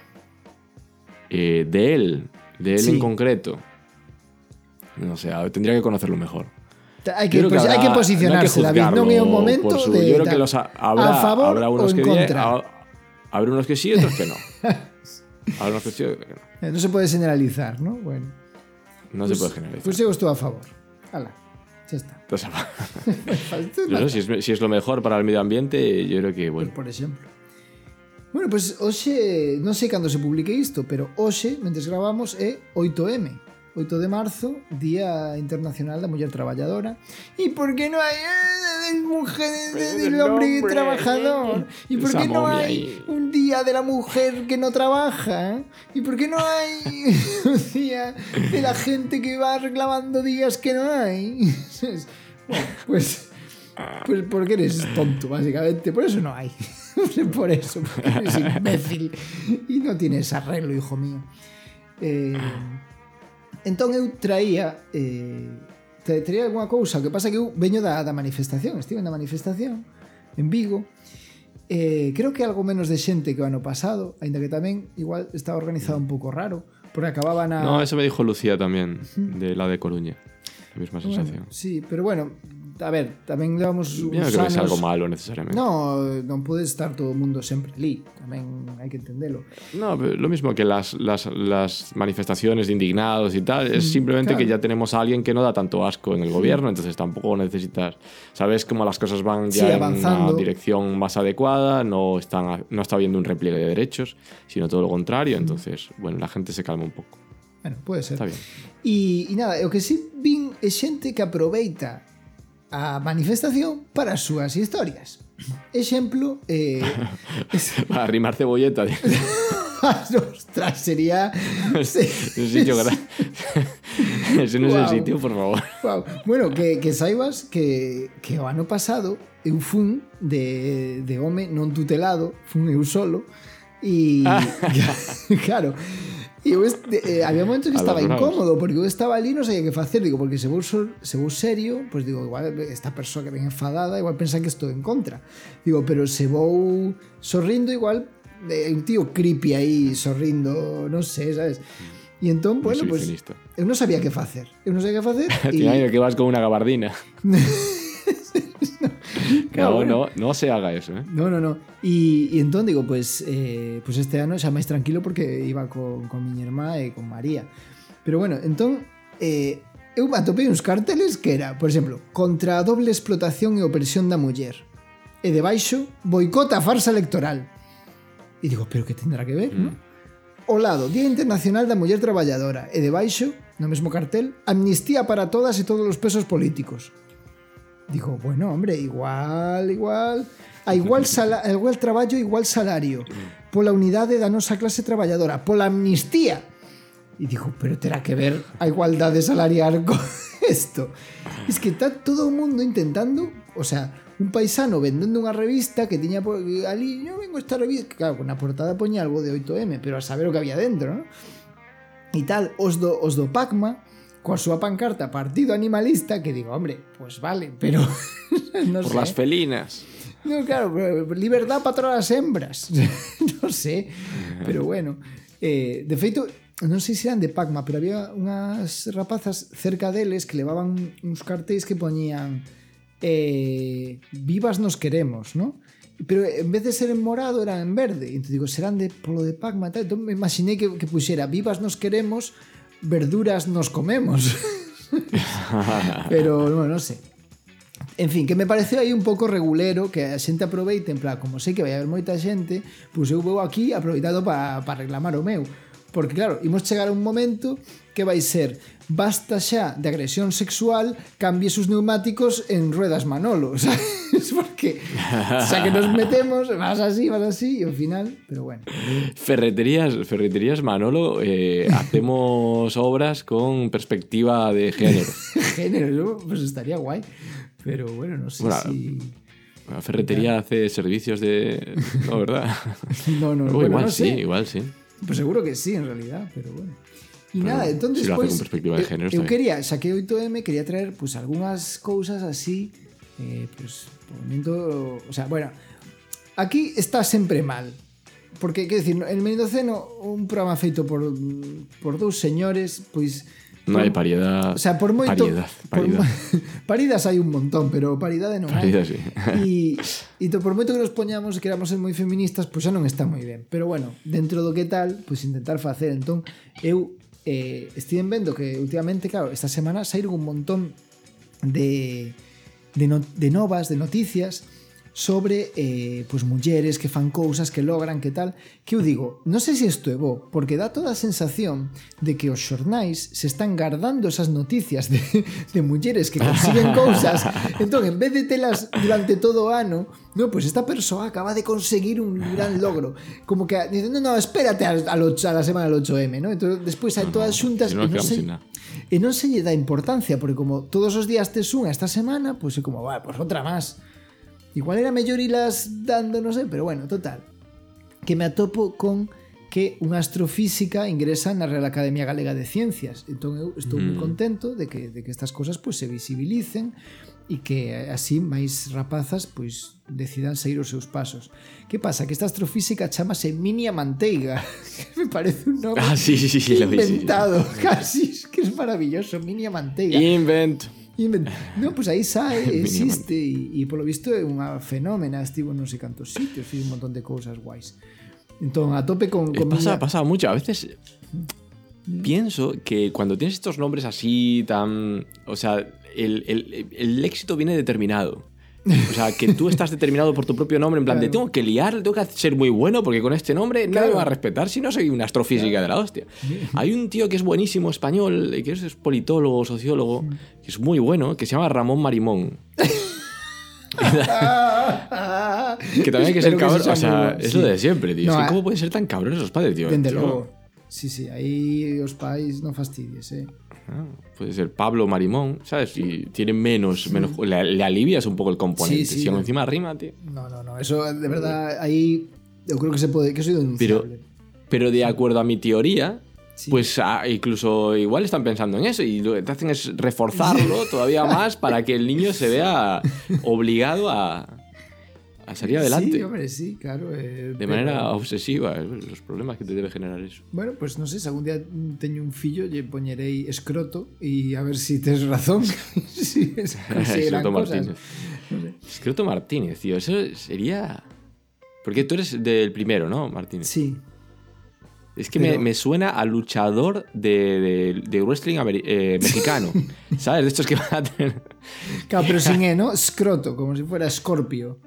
Eh, de él, de él Sí. en concreto. No sé, a ver, tendría que conocerlo mejor. Hai que, Yo creo que pues, hai habrá- que posicionarse, no hay que David. Non é un juzgarlo momento por su- de... Yo creo que tal. los ha- habrá, a favor habrá ou unos en que bien, contra? ha- habrá unos que sí y otros que no. Habrá unos que sí y otros que no. Eh, non se pode generalizar, ¿no? Bueno. No pues, se puede generalizar. Pues eu estou a favor. Ala, xa está. Entonces, Falta no sé, si, es, si es lo mejor para el medio ambiente, yo creo que, bueno, Por exemplo. Bueno, pues hoxe, non sei cando se publique isto, pero hoxe, mentes gravamos, é oito eme. oito de marzo, Día Internacional da Muller Traballadora. ¿Y por qué no hay eh, mujer del El hombre hombre, trabajador? ¿Y por esa qué no momia hay ahí. un día de la mujer que no trabaja? ¿Y por qué no hay un día de la gente que va reclamando días que no hay? Bueno, pues... Pues porque eres tonto, básicamente. Por eso no hay. Por eso, porque eres imbécil. Y no tienes arreglo, hijo mío. Eh, entón eu traía eh, tra- traía alguna cousa. O que pasa que eu veño da, da manifestación. Estive na manifestación en Vigo. Eh, creo que algo menos de xente que o ano pasado, aínda que tamén igual estaba organizado un pouco raro, porque acababan a... no, eso me dijo Lucía también, de la de Coruña. a mesma Bueno, sensación. sí, pero bueno, a ver, tamén levamos Yo uns non creo que sea anos... algo malo necesariamente. No, non pode estar todo o mundo sempre ali, tamén hai que entendelo. No, pero lo mismo que las, las, las manifestaciones de indignados y tal, es simplemente claro. que ya tenemos a alguien que no da tanto asco en el gobierno, entonces tampoco necesitas, sabes cómo las cosas van Sí, ya en avanzando. una dirección más adecuada, no, están, no está habiendo un repliegue de derechos, sino todo lo contrario, entonces, bueno, la gente se calma un pouco. Bueno, pode ser. Está bien. E, e nada, o que sí vin é xente que aproveita a manifestación para as súas historias. Exemplo, eh, es... Para arrimar cebolleta. ostras, sería... Es un sitio gra... Ese non é Wow. el sitio, por favor. Wow. Bueno, que, que saibas que, que o ano pasado eu fun de, de home non tutelado, fun eu solo, e claro, e eu este, eh, había momentos que A estaba los bravos. incómodo porque eu estaba ali non sabía que facer, digo, porque se vou, sol, se vou serio, pois pues digo, igual esta persoa que ven enfadada igual pensa que estou en contra, digo, pero se vou sorrindo igual hai un tío creepy aí sorrindo, non sei, sabes? E entón, bueno, pues Ilusionista. eu non sabía que facer, eu non sabía que facer Te imagino que vas con una gabardina. Claro, no, bueno. no, no se haga eso, ¿eh? No, no, no. E, e entón digo, pues, eh, pues este ano xa máis tranquilo porque iba con, con miña irmá e con María. Pero bueno, entón eh, eu atopei uns carteles que era, por exemplo, contra a doble explotación e opresión da muller. E debaixo, boicota a farsa electoral. E digo, pero que tendrá que ver, mm. no? O lado, Día Internacional da Muller Traballadora. E debaixo, no mesmo cartel, amnistía para todas e todos os pesos políticos. Digo, bueno, hombre, igual, igual... A igual, sala, a igual traballo, igual salario. Pola unidade da nosa clase traballadora. Pola amnistía. E digo, pero terá que ver a igualdade salarial con esto. Es que está todo o mundo intentando... O sea, un paisano vendendo unha revista que tiña por, ali, yo vengo esta revista... Claro, na portada poña algo de oito eme, pero a saber o que había dentro, ¿no? E tal, os do, os do Pacma... coa súa pancarta Partido Animalista, que digo, hombre, pues vale, pero no Por sé. las felinas. No, claro, pero liberdad para todas as hembras. No sé, pero bueno. Eh, de feito, non sei se eran de Pacma, pero había unhas rapazas cerca deles que levaban uns cartéis que poñían eh, vivas nos queremos, ¿no? Pero en vez de ser en morado eran en verde. Entón digo, serán de polo de Pacma, tal. Entón me imaginé que, que puxera vivas nos queremos, verduras nos comemos. Pero, bueno, non sei. En fin, que me pareceu aí un pouco regulero que a xente aproveite, en plan, como sei que vai haber moita xente, pois eu vou aquí aproveitado para pa reclamar o meu. Porque, claro, imos chegar a un momento que vai ser basta xa de agresión sexual, cambie sus neumáticos en ruedas Manolo, sabes? Porque xa que nos metemos, vas así, vas así, e ao final, pero bueno. Ferreterías, ferreterías Manolo, eh, hacemos obras con perspectiva de género. Género, pues estaría guay. Pero bueno, no sé Bueno, si... La ferretería hace servicios de... No, ¿verdad? No, no, O bueno, igual no sí, sé. igual sí. Pues seguro que sí, en realidad, pero bueno. E Pero nada, entón si lo hace despois con perspectiva de eu- género, eu está bien. quería, xa que oito eme quería traer pues algunhas cousas así, eh, pues por momento, o sea, bueno, aquí está sempre mal. Porque, quer decir, el Menidoceno, un programa feito por por dous señores, pois No por- hay paridad. O sea, por moito Paridad, por paridad. mo- paridas hai un montón, pero paridade non hai. Paridad, sí. E, e to, por moito que nos poñamos e queramos ser moi feministas, pois xa non está moi ben. Pero bueno, dentro do que tal, pois intentar facer. Entón, eu eh, estiven vendo que últimamente, claro, esta semana saíron un montón de, de, no, de novas, de noticias sobre eh, pues mulleres que fan cousas, que logran, que tal, que eu digo, non sei se isto é bo, porque dá toda a sensación de que os xornais se están guardando esas noticias de, de mulleres que consiguen cousas, entón, en vez de telas durante todo o ano, no, pues esta persoa acaba de conseguir un gran logro, como que dicen, no, no, espérate al, al ocho, a la semana del ocho eme, ¿no? Entón, despois hai todas xuntas si no e non nos quedamos sei sin nada. e non se lle dá importancia, porque como todos os días tes unha esta semana, pois pues é como, va, pues outra máis. Igual era mellor ilas dando, non sei, pero bueno, total. Que me atopo con que unha astrofísica ingresa na Real Academia Galega de Ciencias. Entón eu estou mm. moi contento de que, de que estas cosas pues, se visibilicen e que así máis rapazas pois decidan seguir os seus pasos. Que pasa? Que esta astrofísica chamase Minia Manteiga. Me parece un nome ah, sí, sí, sí, sí, inventado. Sí, sí. Casi, que es maravilloso. Minia Manteiga. Invent. Invent. No, pois pues aí sae, existe e, e polo visto é unha fenómena, estivo non sei cantos sitios, fiz un montón de cousas guais. Entón, a tope con... con pasa, miña... pasa mucho, a veces pienso que cuando tienes estos nombres así tan... O sea, el, el, el éxito viene determinado. O sea, que tú estás determinado por tu propio nombre, en plan, claro. de tengo que liar, tengo que ser muy bueno, porque con este nombre claro. nadie me va a respetar si no soy una astrofísica claro. de la hostia. Hay un tío que es buenísimo, español, que es politólogo, sociólogo, que es muy bueno, que se llama Ramón Marimón. Que también hay que ser cabrón, o sea, es lo de siempre, tío. No, es que ¿cómo pueden ser tan cabrones los padres, tío? Desde luego. Sí, sí, aí os pais non fastidies, eh. Ah, puede ser Pablo Marimón, ¿sabes? Y tiene menos, menos le, le alivias un poco el componente. Sí, sí, si no. encima rima, tío. No, no, no, eso de verdad ahí yo creo que se puede, que soy denunciable. Pero, pero de acuerdo a mi teoría, sí. pues ah, incluso igual están pensando en eso y lo que te hacen es reforzarlo todavía más para que el niño se vea obligado a a salir adelante. Sí, hombre, sí, claro. Eh, de pero... manera obsesiva, los problemas que te debe generar eso. Bueno, pues no sé, si algún día teño un fillo lle poñerei escroto y a ver si tes razón. Si es Escroto Martínez. No sé. Escroto Martínez, tío, eso sería... Porque tú eres del primero, ¿no, Martínez? Sí. Es que pero... me, me suena a luchador de, de, de wrestling ameri- eh, mexicano. ¿Sabes? De estos que van a tener... Claro, pero sin E, ¿no? Escroto, como si fuera Scorpio.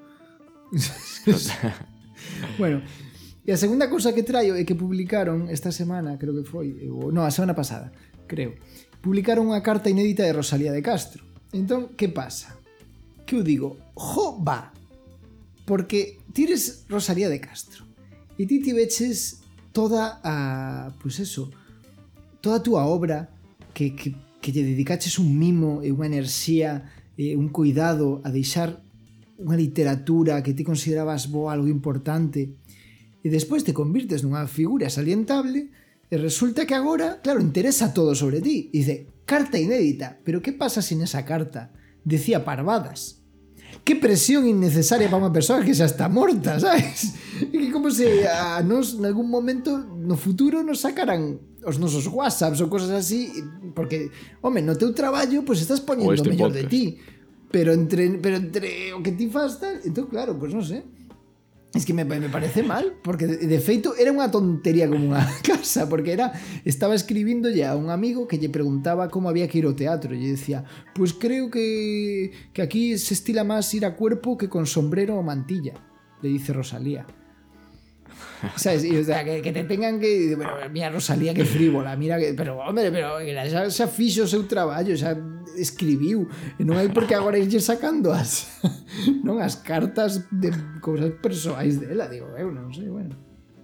Bueno, e a segunda cousa que traio é que publicaron esta semana, creo que foi, ou, non, a semana pasada, creo, publicaron unha carta inédita de Rosalía de Castro. Entón, que pasa? Que eu digo, jo, va, porque tires Rosalía de Castro e ti tiveches toda a, pois pues eso, toda a túa obra que, que, que lle dedicaches un mimo e unha enerxía e un cuidado a deixar unha literatura que ti considerabas boa, algo importante, e despois te convirtes nunha figura salientable e resulta que agora, claro, interesa todo sobre ti. E dice, carta inédita, pero que pasa sin esa carta? Decía parvadas. Que presión innecesaria para unha persoa que xa está morta, sabes? E que como se a nos, en algún momento, no futuro, nos sacaran os nosos whatsapps ou cosas así, porque, home, no teu traballo, pois pues estás poñendo este o mellor podcast de ti. Pero entre, pero entre o que ti faz tal, entón claro, pois pues non sei. Es que me, me parece mal, porque de, de feito era unha tontería como unha casa, porque era estaba escribindo ya a un amigo que lle preguntaba como había que ir ao teatro e lle decía, pues creo que, que aquí se estila máis ir a cuerpo que con sombrero o mantilla, le dice Rosalía. ¿Sabes? Y, o sea, que, que te tengan que... Bueno, mira Rosalía, que frívola, mira que... Pero, hombre, pero xa, xa fixo o seu traballo, xa escribiu. E non hai por que agora irlle sacando as... non as cartas de cousas persoais dela. Digo, eu non sei, bueno.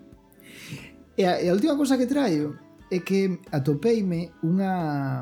E a, e a última cosa que traio é que atopeime unha...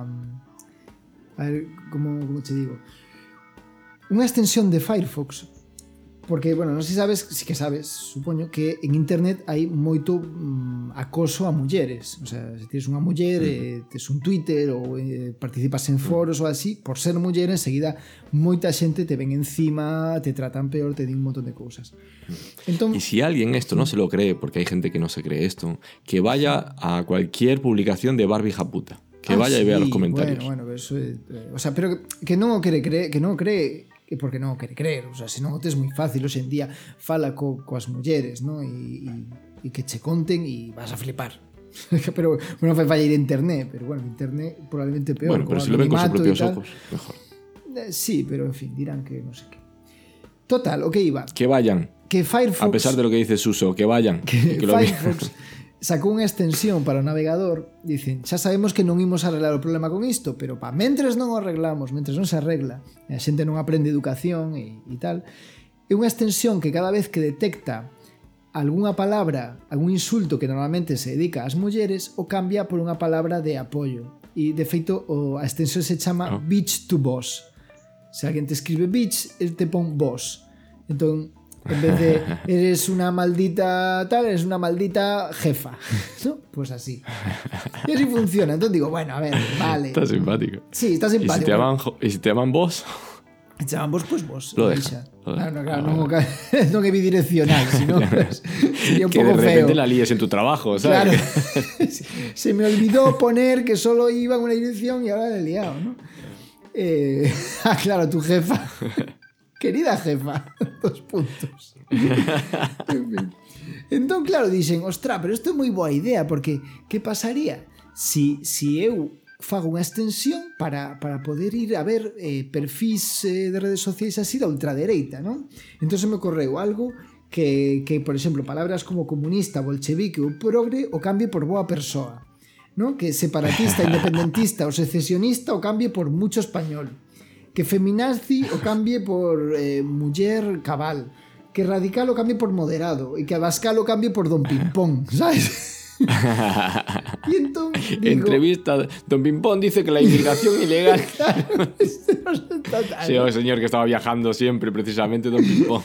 A ver, como, como te digo? Unha extensión de Firefox. Porque, bueno, non sei se sabes, si que sabes, supoño que en internet hai moito mm, acoso a mulleres. O sea, se tienes unha muller, eh, tes un Twitter ou eh, participas en foros ou así, por ser muller, enseguida moita xente te ven encima, te tratan peor, te din un montón de cousas. Entón, y si alguien esto no se lo cree, porque hay gente que no se cree esto, que vaya a cualquier publicación de Barbie Japuta. Que ah, vaya sí, y vea los comentarios. Bueno, bueno, eso es, eh, o sea, pero que, que non o quere creer, que non o cree que porque non o quere creer, o sea, se non o tes moi fácil hoxe en día, fala co, coas mulleres, ¿no? E, e, e que che conten e vas a flipar. Pero bueno, fai fallar internet, pero bueno, internet probablemente peor. Bueno, pero si lo ven con sus propios ojos, mejor. Eh, sí, pero en fin, dirán que no sé qué. Total, o que iba. Que vayan. Que Firefox, a pesar de lo que dice Suso, que vayan. Que, que lo Firefox sacou unha extensión para o navegador. Dicen, xa sabemos que non imos arreglar o problema con isto, pero pa mentres non o arreglamos, mentres non se arregla, e a xente non aprende educación e, e tal, é unha extensión que cada vez que detecta algunha palabra, algún insulto que normalmente se dedica ás mulleres, o cambia por unha palabra de apoio. E de feito o, a extensión se chama oh. Bitch to Boss. Se alguén te escribe bitch, el te pon boss. Entón, en vez de eres una maldita tal, eres una maldita jefa, ¿no? Pues así. Y así funciona. Entonces digo, bueno, a ver, vale. Está simpático. Sí, está simpático. ¿Y si te llaman, y si te llaman vos? Chamamos, pois vos. Lo deixa. deja. Lo deja. Claro, claro, non, non é bidireccional, sino Claro. sería un Que de pouco repente feo. la líes en tu trabajo, ¿sabes? Claro. Se me olvidó poner que solo iba en una dirección y ahora le he liado, ¿no? Eh, ah, claro, tu jefa. Querida jefa. Dos puntos. En fin. Entón, claro, dixen, ostra, pero isto é moi boa idea, porque que pasaría si, si eu fago unha extensión para, para poder ir a ver eh, perfis eh, de redes sociais así da ultradereita, non? Entón se me ocorreu algo que, que, por exemplo, palabras como comunista, bolchevique ou progre o cambie por boa persoa, non? Que separatista, independentista ou secesionista o cambie por mucho español, que feminazi o cambie por eh, muller cabal, que radical o cambie por moderado e que abascal o cambie por don Pimpón, ¿sabes? Y entón digo, Entrevista, don Pimpón dice que la inmigración ilegal. claro, esto no es total. Sí, el señor que estaba viajando siempre, precisamente don Pimpón.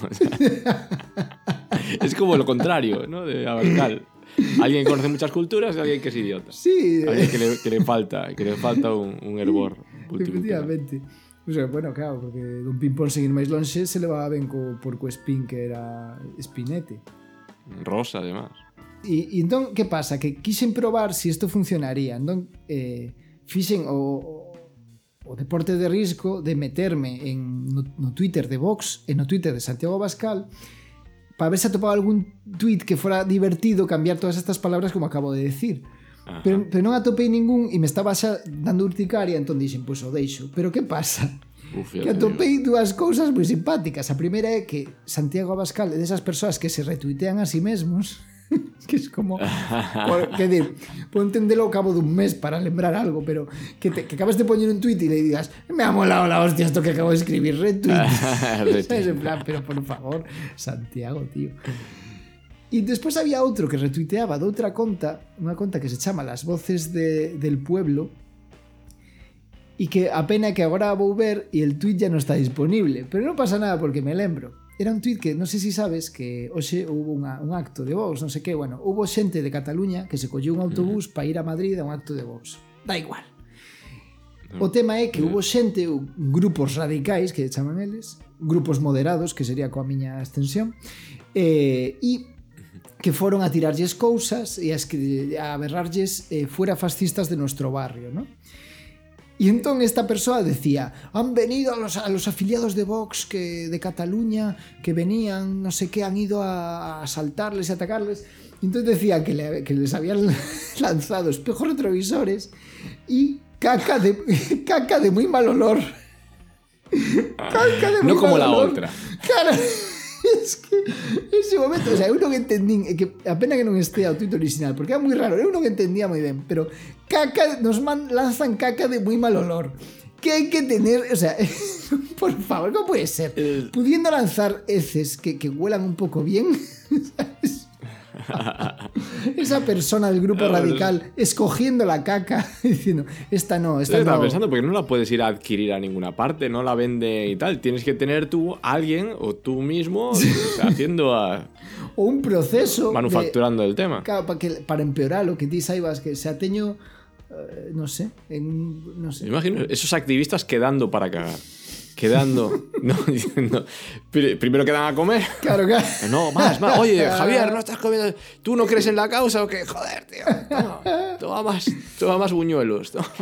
Es como lo contrario, ¿no? De Abascal. Alguien que conoce muchas culturas y alguien que es idiota. Sí, Alguien que le, que le falta, que le falta un, un hervor multicultural. efectivamente. O sea, bueno, claro, porque don Pimpón seguir máis lonxe se levaba ben co porco espín que era Espinete. Rosa, además. E, e entón, que pasa? Que quixen probar se si isto funcionaría. Entón, eh, fixen o, o deporte de risco de meterme en, no, no Twitter de Vox e no Twitter de Santiago Abascal para ver se atopaba algún tweet que fora divertido cambiar todas estas palabras como acabo de decir. Pero, pero non atopei ningún e me estaba xa dando urticaria, entón dixen, pois o deixo. Pero que pasa? Uf, Que atopei dúas cousas moi simpáticas. A primeira é que Santiago Abascal é desas persoas que se retuitean a sí mesmos, que es como por, que dir, puedo entenderlo ao cabo dun mes para lembrar algo, pero que, te, que acabas de poñer un tuit e le digas, me ha molado la hostia esto que acabo de escribir, retweet. ¿Sabes? En plan, pero por favor, Santiago, tío. E despois había outro que retuiteaba de outra conta, unha conta que se chama Las Voces de, del Pueblo, e que a pena que agora vou ver e el tuit ya non está disponible, pero non pasa nada porque me lembro. Era un tuit que non sei se si sabes que hoxe hubo unha, un acto de Vox, non sei que, bueno, hubo xente de Cataluña que se colleu un autobús para ir a Madrid a un acto de Vox. Da igual. O tema é que hubo xente, grupos radicais, que chaman eles, grupos moderados, que sería coa miña extensión, eh, e que foron a tirarlles cousas e a, a berrarlles eh, fuera fascistas de nuestro barrio, ¿no? Y entón esta persoa decía, han venido a los, a los afiliados de Vox que, de Cataluña que venían, no sé qué, han ido a, a asaltarles y atacarles. Y entonces decía que, le, que les habían lanzado espejos retrovisores y caca de, caca de muy mal olor. Caca de muy No como mal la olor. otra. Claro. Es que ese momento, o sea, eu non entendín, é que a pena que non estea o tuit original, porque era moi raro, eu non entendía moi ben, pero caca, nos man, lanzan caca de moi mal olor. Que hai que tener, o sea, por favor, ¿cómo puede ser? Pudiendo lanzar heces que, que huelan un poco bien, ¿sabes? Esa persona del grupo radical escogiendo la caca diciendo, esta no, esta Yo estaba no. pensando, porque no la puedes ir a adquirir a ninguna parte, no la vende y tal. Tienes que tener tú a alguien o tú mismo o sea, haciendo a, o un proceso manufacturando de, el tema. Claro, para, que, para empeorar lo que ti saibas que se ateño uh, no sé, en, no sé. Me imagino esos activistas quedando para cagar. Quedando, no, diciendo, primero quedan a comer. Claro, claro. No, más, más. Oye, Javier, no estás comiendo. ¿Tú no crees en la causa o qué? Joder, tío. Toma, toma más, toma más buñuelos. Toma.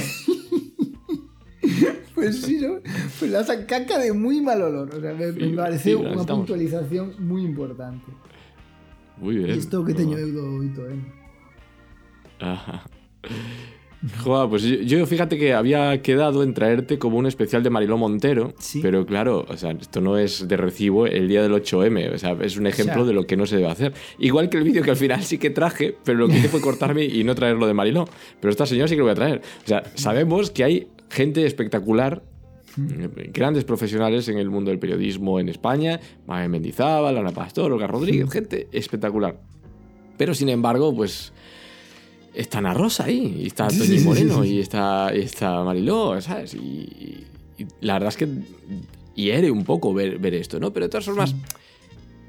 Pues sí, ¿no? Pues lanzan caca de muy mal olor. O sea, me, me parece una estamos. puntualización muy importante. Muy bien. Isto que teño eu do oito, eh. Ajá. Joder, pues yo, yo fíjate que había quedado en traerte como un especial de Mariló Montero, ¿Sí? Pero claro, o sea, esto no es de recibo el día del ocho eme, o sea, es un ejemplo o sea, de lo que no se debe hacer. Igual que el vídeo que al final sí que traje, pero lo que hice fue cortarme y no traerlo de Mariló. Pero esta señora sí que lo voy a traer. O sea, sabemos que hay gente espectacular, grandes profesionales en el mundo del periodismo en España, Manuel Mendizábal, Ana Pastor, Olga Rodríguez, gente espectacular. Pero sin embargo, pues está Ana Rosa ahí, y está Toñi sí, sí, Moreno, sí, sí, sí. y está, y está Mariló, ¿sabes? Y, y la verdad es que hiere un poco ver, ver esto, ¿no? Pero de todas formas,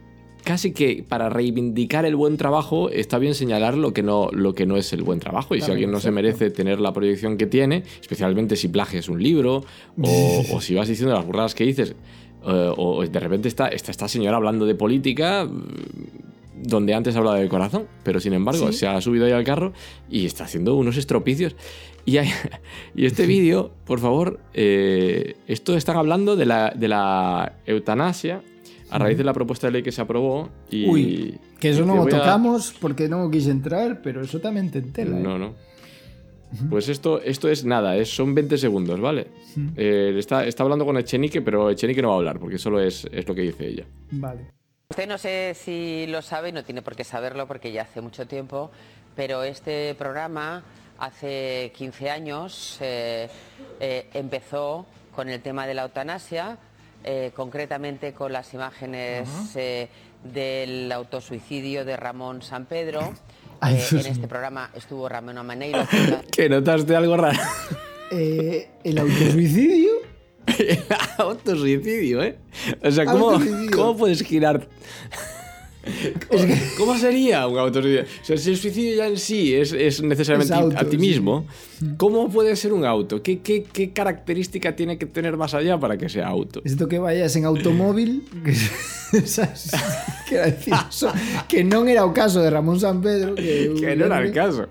casi que para reivindicar el buen trabajo está bien señalar lo que no, lo que no es el buen trabajo. Y claro, si alguien no se merece tener la proyección que tiene, especialmente si plagias un libro o, o si vas diciendo las burradas que dices, uh, o de repente está, está esta señora hablando de política donde antes hablaba del corazón, pero sin embargo ¿sí? se ha subido ahí al carro y está haciendo unos estropicios. Y, hay, y este vídeo, por favor, eh, esto están hablando de la, de la eutanasia a raíz de la propuesta de ley que se aprobó. Y, Uy, que eso y no lo tocamos a... porque no quise entrar, pero eso también te entera. ¿eh? No, no. Pues esto, esto es nada, es, son veinte segundos, ¿vale? Uh-huh. Eh, está, está hablando con Echenique, pero Echenique no va a hablar porque solo es, es lo que dice ella. Vale. Usted no sé si lo sabe, no tiene por qué saberlo porque ya hace mucho tiempo, pero este programa hace quince años eh, eh, empezó con el tema de la eutanasia, eh, concretamente con las imágenes eh, del autosuicidio de Ramón Sampedro. Ay, eh, en este programa estuvo Ramón Amaneiro. ¿Que notaste algo raro? Eh, ¿El autosuicidio? El autosuicidio, ¿eh? O sea, ¿cómo, ¿cómo puedes girar? ¿Cómo, ¿Cómo sería un autosuicidio? O sea, si el suicidio ya en sí es, es necesariamente es auto, a ti mismo, sí. ¿Cómo puede ser un auto? ¿Qué, qué, ¿Qué característica tiene que tener más allá para que sea auto? Esto que vayas en automóvil, que, que, decir eso, que no era el caso de Ramón Sampedro. Que, que no era el caso.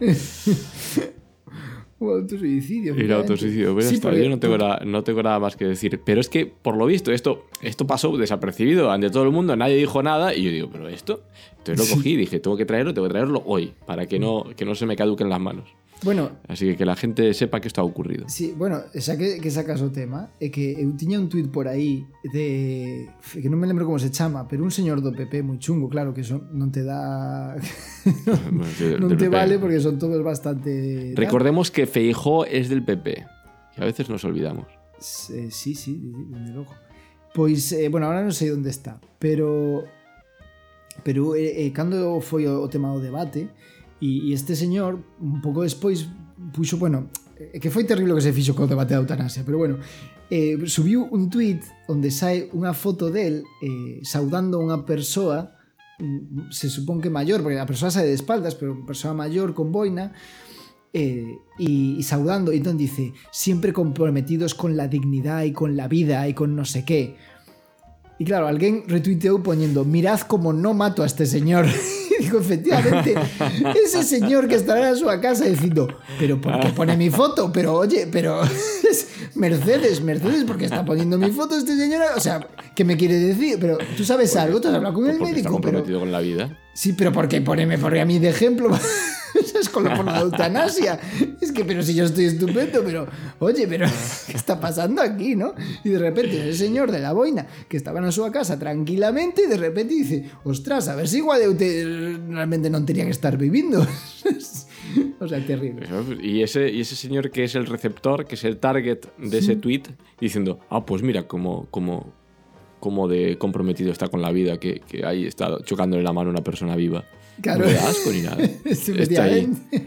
Un autosuicidio. El autosuicidio, pero sí, está, porque... yo no tengo, nada, no tengo nada más que decir. Pero es que, por lo visto, esto, esto pasó desapercibido ante todo el mundo, nadie dijo nada, y yo digo, ¿pero esto? Entonces lo cogí y dije, tengo que traerlo, tengo que traerlo hoy, para que no, que no se me caduquen las manos. Bueno, así que que la gente sepa que esto ha ocurrido. Sí, bueno, xa que, que sacas o tema, é que eu tiña un tuit por aí de que non me lembro como se chama, pero un señor do P P moi chungo, claro que eso non te dá non, non te P P vale porque son todos bastante. Recordemos que Feijóo es del P P, que a veces nos olvidamos. Eh, sí, sí, desde logo. Pois, eh, bueno, ahora non sei onde está, pero pero eh, eh, cando foi o, o tema do debate. E este señor, un pouco despois, puxo, bueno, que foi terrible o que se fixo co debate da eutanasia, pero bueno, eh, subiu un tuit onde sae unha foto del eh, saudando a unha persoa, se supón que maior, porque a persoa sae de espaldas, pero unha persoa maior con boina, eh, e, e saudando, e entón dice, siempre comprometidos con la dignidad e con la vida e con no sé qué. E claro, alguén retuiteou poñendo, mirad como no mato a este señor. E digo, efectivamente, ese señor que estará en súa casa dicindo, pero ¿por qué pone mi foto? Pero oye, pero Mercedes, Mercedes, ¿por qué está poniendo mi foto este señor? O sea, ¿qué me quiere decir? Pero tú sabes porque, algo, tú has hablado con el médico. Está comprometido pero... con la vida. Sí, pero ¿por qué pone, me pone a mí de ejemplo? Es con lo por la eutanasia. Es que, pero si yo estoy estupendo, pero oye, pero ¿qué está pasando aquí, no? Y de repente el señor de la boina que estaba en su casa tranquilamente y de repente dice, ostras, a ver si igual eu te, realmente non tenía que estar vivindo. O sea, terrible. Y ese, y ese señor que es el receptor, que es el target de ese sí. tweet, diciendo, ah, pues mira, como, como, como de comprometido está con la vida, que, que ahí está chocándole la mano a una persona viva. Claro. No le da asco ni nada. Está ahí.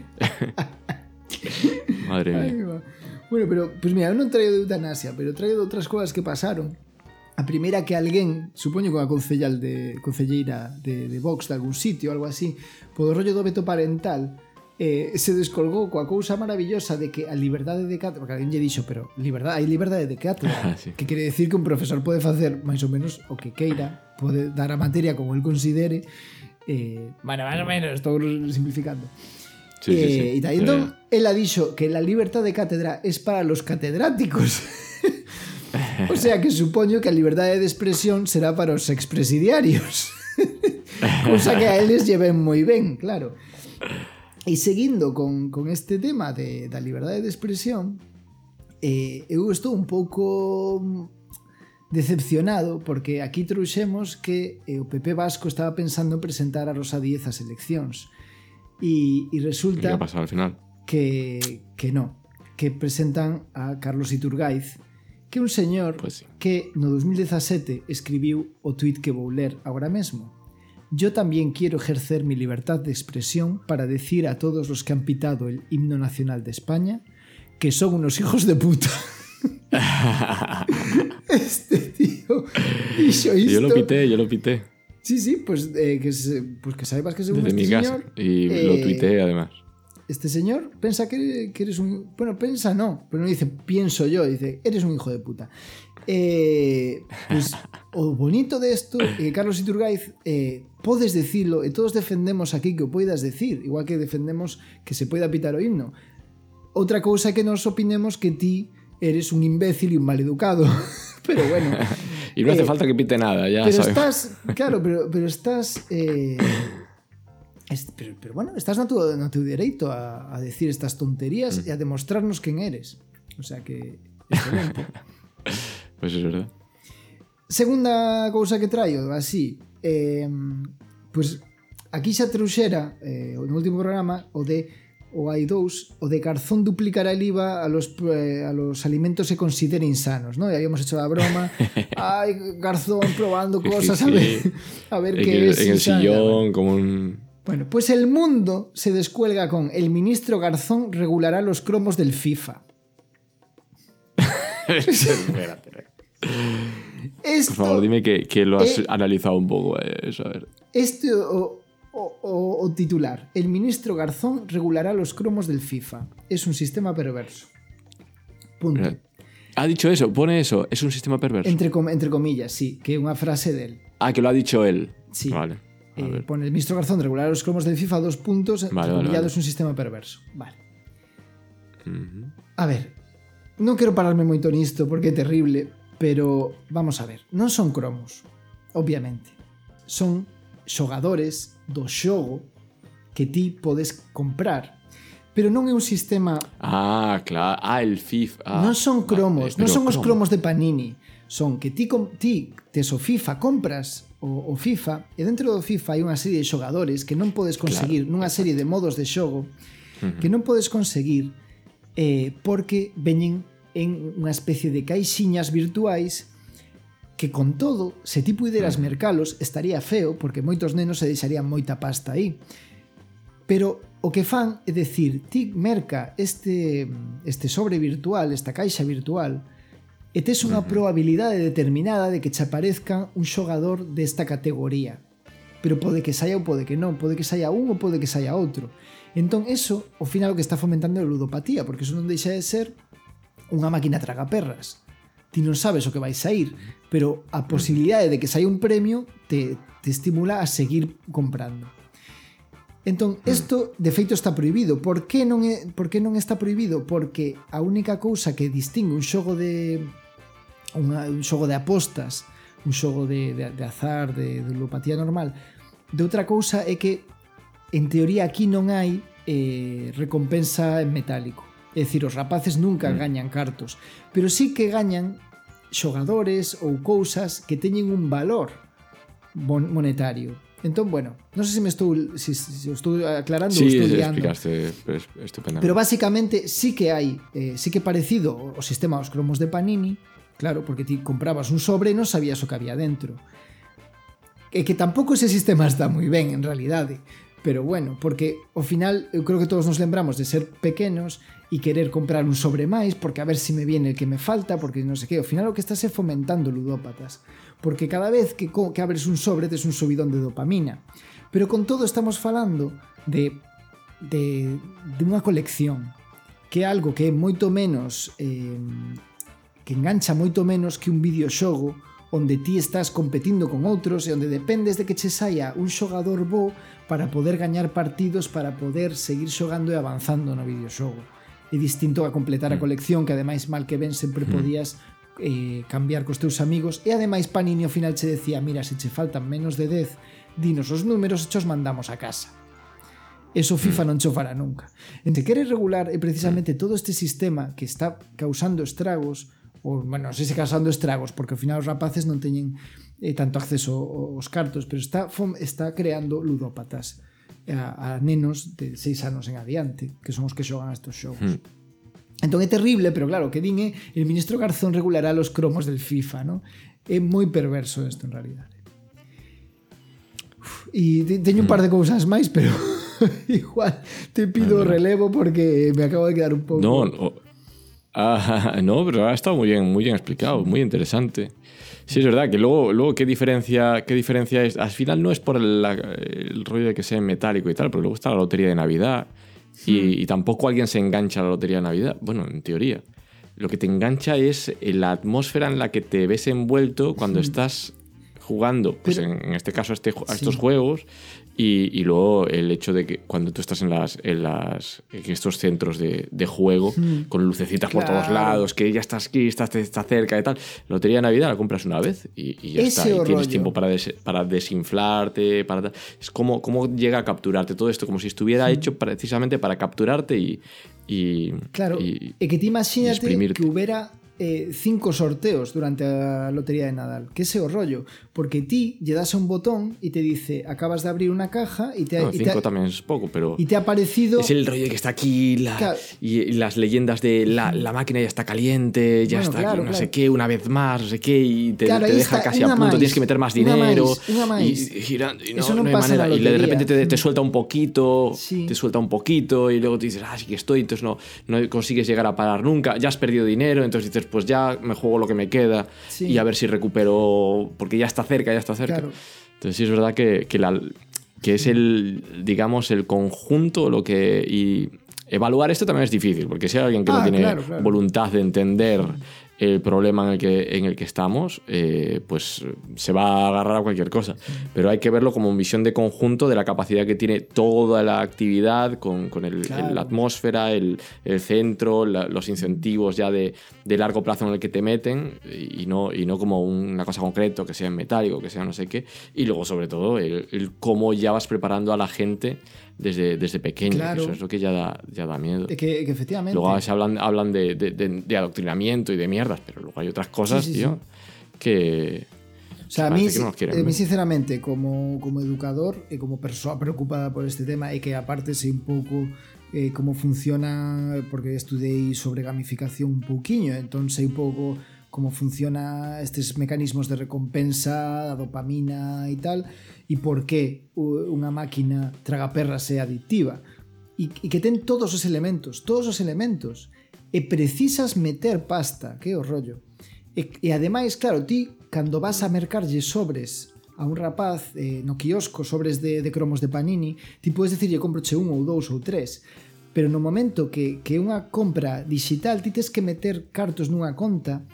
Madre mía. Ay, bueno, pero, pues mira, eu non traigo de eutanasia, pero traigo de outras cousas que pasaron. A primeira que alguén, supoño que unha concellal de, concelleira de, de Vox de algún sitio, algo así, por o rollo do veto parental, eh, se descolgou coa cousa maravillosa de que a liberdade de cátedra, porque alguén lle dixo, pero liberdade, hai liberdade de cátedra, sí. Que quere decir que un profesor pode facer máis ou menos o que queira, pode dar a materia como el considere. Eh, bueno, más o menos, estou simplificando. Sí, eh, sí, sí. E aí, entón, eh. él ha dixo que la libertad de cátedra es para los catedráticos. O sea, que supoño que a liberdade de expresión será para os expresidiarios. Cosa que a eles lleven moi ben, claro. E seguindo con, con este tema de, da liberdade de expresión, eh, eu estou un pouco decepcionado porque aquí trouxemos que eh, o P P vasco estaba pensando en presentar a Rosa Díez ás eleccións e, e resulta ¿qué pasa al final? que, que no, que presentan a Carlos Iturgaiz, que é un señor pues sí. Que no dos mil dezasete escribiu o tuit que vou ler agora mesmo. Yo también quiero ejercer mi libertad de expresión para decir a todos los que han pitado el himno nacional de España que son unos hijos de puta. Este tío hizo yo lo pité, yo lo pité. Sí, sí, pues, eh, que, se, pues que sepas que según Desde este mi casa. señor... Y eh, lo tuiteé además. Este señor piensa que, que eres un... Bueno, piensa no, pero no dice pienso yo, dice eres un hijo de puta. Eh, pues o bonito de esto é que Carlos Iturgaiz eh, podes decirlo e todos defendemos aquí que o poidas decir, igual que defendemos que se poida pitar o himno. Outra cousa é que nos opinemos que ti eres un imbécil e un maleducado. Pero bueno, y no hace eh, falta que pite nada, ya pero sabemos. estás, claro, pero, pero estás eh, es, pero, pero bueno, estás no tu, no tu dereito a, a decir estas tonterías mm. e a demostrarnos quen eres. O sea que excelente. Pues es verdad. Segunda cousa que traio, así, eh, pues aquí xa trouxera eh, no último programa o de o hai dous, o de Garzón duplicará el I V A a los, eh, a los alimentos que considere insanos, ¿no? Y habíamos hecho la broma, ay, Garzón probando cosas, sí, sí. a ver, a ver en qué el, es. En el insana. sillón, como un... Bueno, pues el mundo se descuelga con el ministro Garzón regulará los cromos del FIFA. Espérate. Esto, por favor, dime que, que lo has eh, analizado un poco. Eso, a ver. Este o, o, o, o titular. El ministro Garzón regulará los cromos del FIFA. Es un sistema perverso. Punto. Ha dicho eso, pone eso. Es un sistema perverso. Entre, entre comillas, sí, que es una frase de él. Ah, que lo ha dicho él. Sí. Vale. Eh, pone el ministro Garzón regulará los cromos del FIFA, dos puntos. Vale, vale, vale. Es un sistema perverso. Vale. Uh-huh. A ver, non quero pararme moito nisto porque é terrible, pero vamos a ver, non son cromos, obviamente. Son xogadores do xogo que ti podes comprar, pero non é un sistema... Ah, claro, ah, el FIFA. Ah, non son cromos, vale, non son cromo. os cromos de Panini, son que ti, ti tes o FIFA, compras o, o FIFA, e dentro do FIFA hai unha serie de xogadores que non podes conseguir, claro, nunha serie de modos de xogo, uh-huh, que non podes conseguir eh, porque veñen en unha especie de caixiñas virtuais que con todo, se ti puderas mercalos, estaría feo, porque moitos nenos se deixarían moita pasta aí. Pero o que fan é decir, ti merca este, este sobre virtual, esta caixa virtual, e tes unha probabilidade determinada de que che aparezca un xogador desta categoría. Pero pode que saia ou pode que non, pode que saia un ou pode que saia outro. Entón, eso, ao final, o que está fomentando é a ludopatía, porque eso non deixa de ser unha máquina tragaperras. Ti non sabes o que vai sair, pero a posibilidade de que saia un premio te, te estimula a seguir comprando. Entón, isto de feito está prohibido. Por que non é, por que non está prohibido? Porque a única cousa que distingue un xogo de unha, un xogo de apostas, un xogo de, de, de azar, de, de ludopatía normal, de outra cousa é que en teoría aquí non hai eh, recompensa en metálico. É dicir, os rapaces nunca mm. gañan cartos, pero sí que gañan xogadores ou cousas que teñen un valor monetario. Entón, bueno, non sei se me estou si, si estou aclarando sí, ou estou sí, liando. explicaste estupendamente. Pero basicamente sí que hai, eh, sí que parecido o sistema aos cromos de Panini, claro, porque ti comprabas un sobre e non sabías o que había dentro. E que tampouco ese sistema está moi ben, en realidade. Pero bueno, porque ao final eu creo que todos nos lembramos de ser pequenos e querer comprar un sobre máis porque a ver se si me viene el que me falta, porque non sei que, ao final o que estás é fomentando ludópatas, porque cada vez que, que abres un sobre tes un subidón de dopamina. Pero con todo estamos falando de, de, de unha colección, que é algo que é moito menos eh, que engancha moito menos que un videoxogo onde ti estás competindo con outros e onde dependes de que che saia un xogador bo para poder gañar partidos, para poder seguir xogando e avanzando no videoxogo. É distinto a completar a colección, que ademais mal que ben sempre podías eh, cambiar cos teus amigos, e ademais Panini ao final che decía, mira, se che faltan menos de dez, dinos os números e chos mandamos a casa. Eso FIFA non cho fará nunca. E te queres regular é precisamente todo este sistema que está causando estragos, ou, bueno, non sei se causando estragos, porque ao final os rapaces non teñen eh, tanto acceso aos cartos, pero está, está creando ludópatas a, a nenos de seis anos en adiante, que son os que xogan a estos xogos. Mm. Entón é terrible, pero claro, que din é el ministro Garzón regulará los cromos del FIFA, ¿no? É moi perverso isto en realidade. Uf, e teño un par de cousas máis, pero igual te pido relevo porque me acabo de quedar un pouco... No, no. Ah, no, pero ha estado muy bien, muy bien explicado, muy interesante. Sí, es verdad que luego, luego ¿qué diferencia, qué diferencia es? Al final no es por el, el rollo de que sea metálico y tal, pero luego está la lotería de Navidad y, hmm. y tampoco alguien se engancha a la lotería de Navidad. Bueno, en teoría. Lo que te engancha es la atmósfera en la que te ves envuelto cuando hmm. estás jugando, pues pero, en, en este caso a, este, a estos sí. juegos. Y, y luego el hecho de que cuando tú estás en las en las en estos centros de, de juego mm. con lucecitas claro. por todos lados, que ya estás aquí, estás, estás cerca y tal, la lotería de Navidad la compras una vez y, y ya Ese está. Y rollo. Tienes tiempo para, des, para desinflarte, para es como, como llega a capturarte todo esto, como si estuviera mm. hecho precisamente para capturarte y, y claro, y, e que te imagínate que hubiera eh, cinco sorteos durante a lotería de Nadal, que ese é o rollo, porque ti lle das a un botón e te dice acabas de abrir una caja y te, no, y cinco te ha, también es poco, pero y te ha parecido es el rollo que está aquí la, claro. y, y las leyendas de la, la máquina ya está caliente, ya bueno, está claro, aquí no claro. sé qué, una vez más, no sé qué, y te, claro, te deja casi a punto, más, tienes que meter más dinero una más, una y, y girando y no, Eso no, no hay pasa manera, y de repente te, te mm. suelta un poquito, sí. te suelta un poquito y luego te dices, ah, sí que estoy, entonces no, no consigues llegar a parar nunca, ya has perdido dinero, entonces dices, pues ya me juego lo que me queda sí. y a ver si recupero porque ya está cerca, ya está cerca. Claro. Entonces sí es verdad que, que, la, que es el, digamos, el conjunto lo que... Y evaluar esto también es difícil, porque si hay alguien que ah, no tiene claro, claro. voluntad de entender el problema en el que, en el que estamos, eh, pues se va a agarrar a cualquier cosa. Pero hay que verlo como visión de conjunto de la capacidad que tiene toda la actividad con, con el, claro. el, la atmósfera, el, el centro, la, los incentivos ya de, de largo plazo en el que te meten y no, y no como una cosa concreta, que sea en metálico, que sea no sé qué. Y luego, sobre todo, el, el cómo ya vas preparando a la gente desde, desde pequeño. Claro. Eso es lo que ya da, ya da miedo. Que, que efectivamente. Luego se hablan, hablan de, de, de, de adoctrinamiento y de mierdas, pero luego hay otras cosas, sí, sí, tío, sí. que... O sea, a mí, no a mí sinceramente, como, como educador y como persona preocupada por este tema y que aparte sé un pouco eh, como funciona, porque estudei sobre gamificación un pouquiño, entón sei un pouco como funciona estes mecanismos de recompensa, a dopamina e tal, e por que unha máquina tragaperras é adictiva. E, e que ten todos os elementos, todos os elementos. E precisas meter pasta, que é o rollo. E, e ademais, claro, ti, cando vas a mercarlle sobres a un rapaz eh, no quiosco, sobres de, de cromos de Panini, ti podes dicirlle comproche un ou dous ou tres, pero no momento que, que unha compra digital, ti tes que meter cartos nunha conta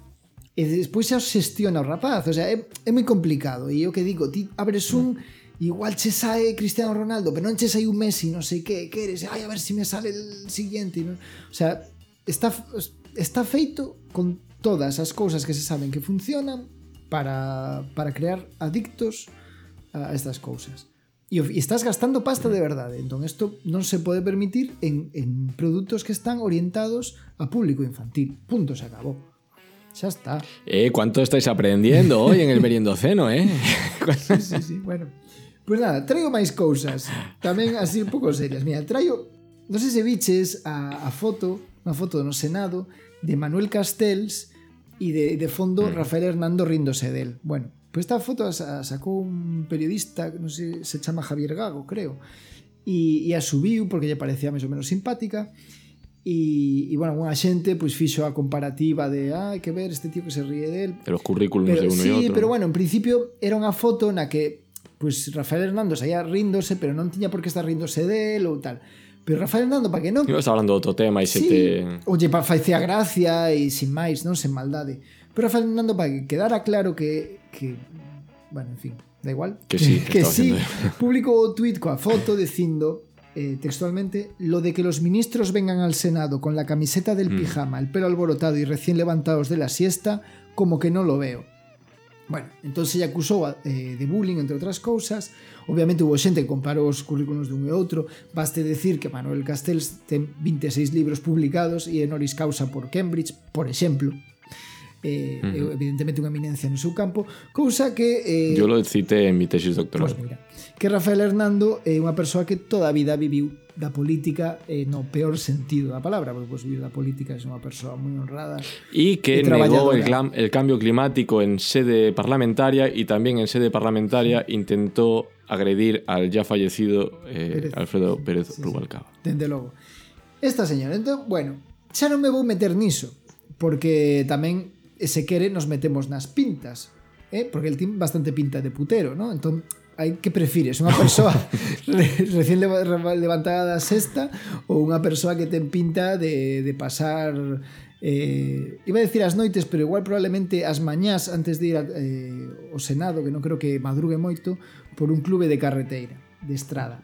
e despois xa os xestiona o rapaz, o sea, é, é moi complicado, e o que digo, ti abres un, igual che sae Cristiano Ronaldo, pero non che sae un Messi, non sei que, que eres, ai, a ver se si me sale el siguiente, ¿no? O sea, está, está feito con todas as cousas que se saben que funcionan para, para crear adictos a estas cousas. E, e estás gastando pasta de verdade, entón isto non se pode permitir en, en produtos que están orientados a público infantil, punto, se acabó. Ya está. Eh, ¿cuánto estáis aprendiendo hoy en el meriendoceno, eh? Sí, sí, sí, bueno. Pues nada, traigo máis cousas, tamén así un pouco serias. Mira, traigo, non sei se viches a, a foto, unha foto no Senado de Manuel Castells e de, de fondo mm. Rafael Hernando ríndose del. Bueno, pues esta foto a sacou un periodista, non sei, se chama Javier Gago, creo, e, e a subiu porque lle parecía máis ou menos simpática. E, e bueno, unha xente pois fixo a comparativa de ah, hai que ver este tío que se ríe del. De los currículums pero, de uno sí, e outro. Pero bueno, en principio era unha foto na que pois Rafael Hernando saía ríndose, pero non tiña por que estar ríndose del ou tal. Pero Rafael Hernando, para que non... Ibas hablando de outro tema e se sí, te... Oye, para facía gracia e sin máis, non sen maldade. Pero Rafael Hernando, para que quedara claro que... que bueno, en fin, da igual. Que sí, que, que sí, publicou o tuit coa foto dicindo... Eh, textualmente, lo de que los ministros vengan al Senado con la camiseta del mm. pijama, el pelo alborotado y recién levantados de la siesta, como que no lo veo. Bueno, entonces ella acusou eh, de bullying, entre outras cousas. Obviamente hubo xente que comparou os currículos de un e outro. Baste decir que Manuel Castells ten vinte e seis libros publicados e honoris causa por Cambridge, por exemplo. Eh, uh-huh. Evidentemente unha eminencia no seu campo, cousa que eh, yo lo cité en mi tesis doctoral. Pues mira, que Rafael Hernando é unha persoa que toda a vida viviu da política eh, no peor sentido da palabra, porque pues, vivir da política é unha persoa moi honrada e que negó el, el cambio climático en sede parlamentaria y también en sede parlamentaria sí. intentó agredir al ya fallecido eh, Pérez. Alfredo Pérez sí, Rubalcaba. Sí. Dende logo esta señora, entón, bueno, xa non me vou meter niso, porque tamén, se quere, nos metemos nas pintas, eh? Porque el tiene bastante pinta de putero, ¿no? Entón, hai que prefires, unha persoa recién levantada da sexta ou unha persoa que ten pinta de, de pasar... Eh, iba a decir as noites, pero igual probablemente as mañás antes de ir a, eh, ao Senado, que non creo que madrugue moito, por un clube de carreteira, de estrada.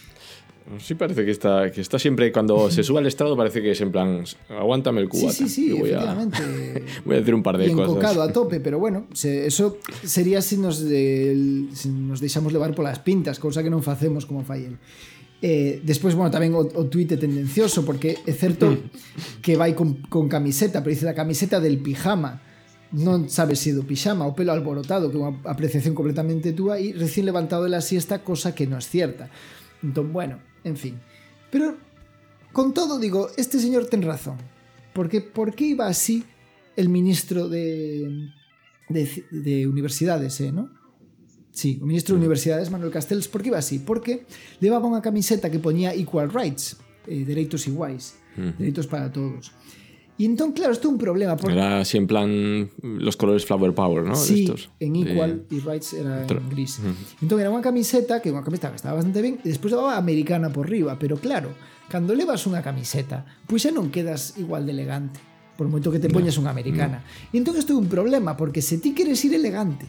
Sí, parece que está, que está siempre, cuando se sube al estrado, parece que es en plan, aguántame el cubata. Sí, sí, sí, voy efectivamente. A, voy a decir un par de y cosas. Encocado a tope, pero bueno, se, eso sería si nos, de, si nos deixamos levar polas pintas, cousa que non facemos como fai el. Eh, despois, bueno, tamén o, o tuite tendencioso, porque é certo que vai con, con camiseta, pero dice la camiseta del pijama, non sabes se do pijama, o pelo alborotado, que é unha apreciación completamente túa, e recién levantado de la siesta, cosa que non é cierta. Entón, bueno, en fin. Pero, con todo, digo, este señor ten razón, porque por que iba así el ministro de, de, de universidades, eh, ¿no? Sí, o ministro de Universidades, Manuel Castells, por que iba así? Porque levaba unha camiseta que poñía Equal Rights, eh, dereitos iguais, uh-huh. dereitos para todos. Y entón, claro, isto é un problema. Porque... Era así en plan los colores Flower Power, ¿no? Sí, estos. En Equal de... y Rights era Otro... en gris. Uh-huh. Entón era unha camiseta, que unha camiseta que estaba bastante ben, e despois levaba americana por riba, pero claro, cando levas unha camiseta, pois xa non quedas igual de elegante, por moito que te poñas unha americana. No. E entón isto é un problema, porque se ti queres ir elegante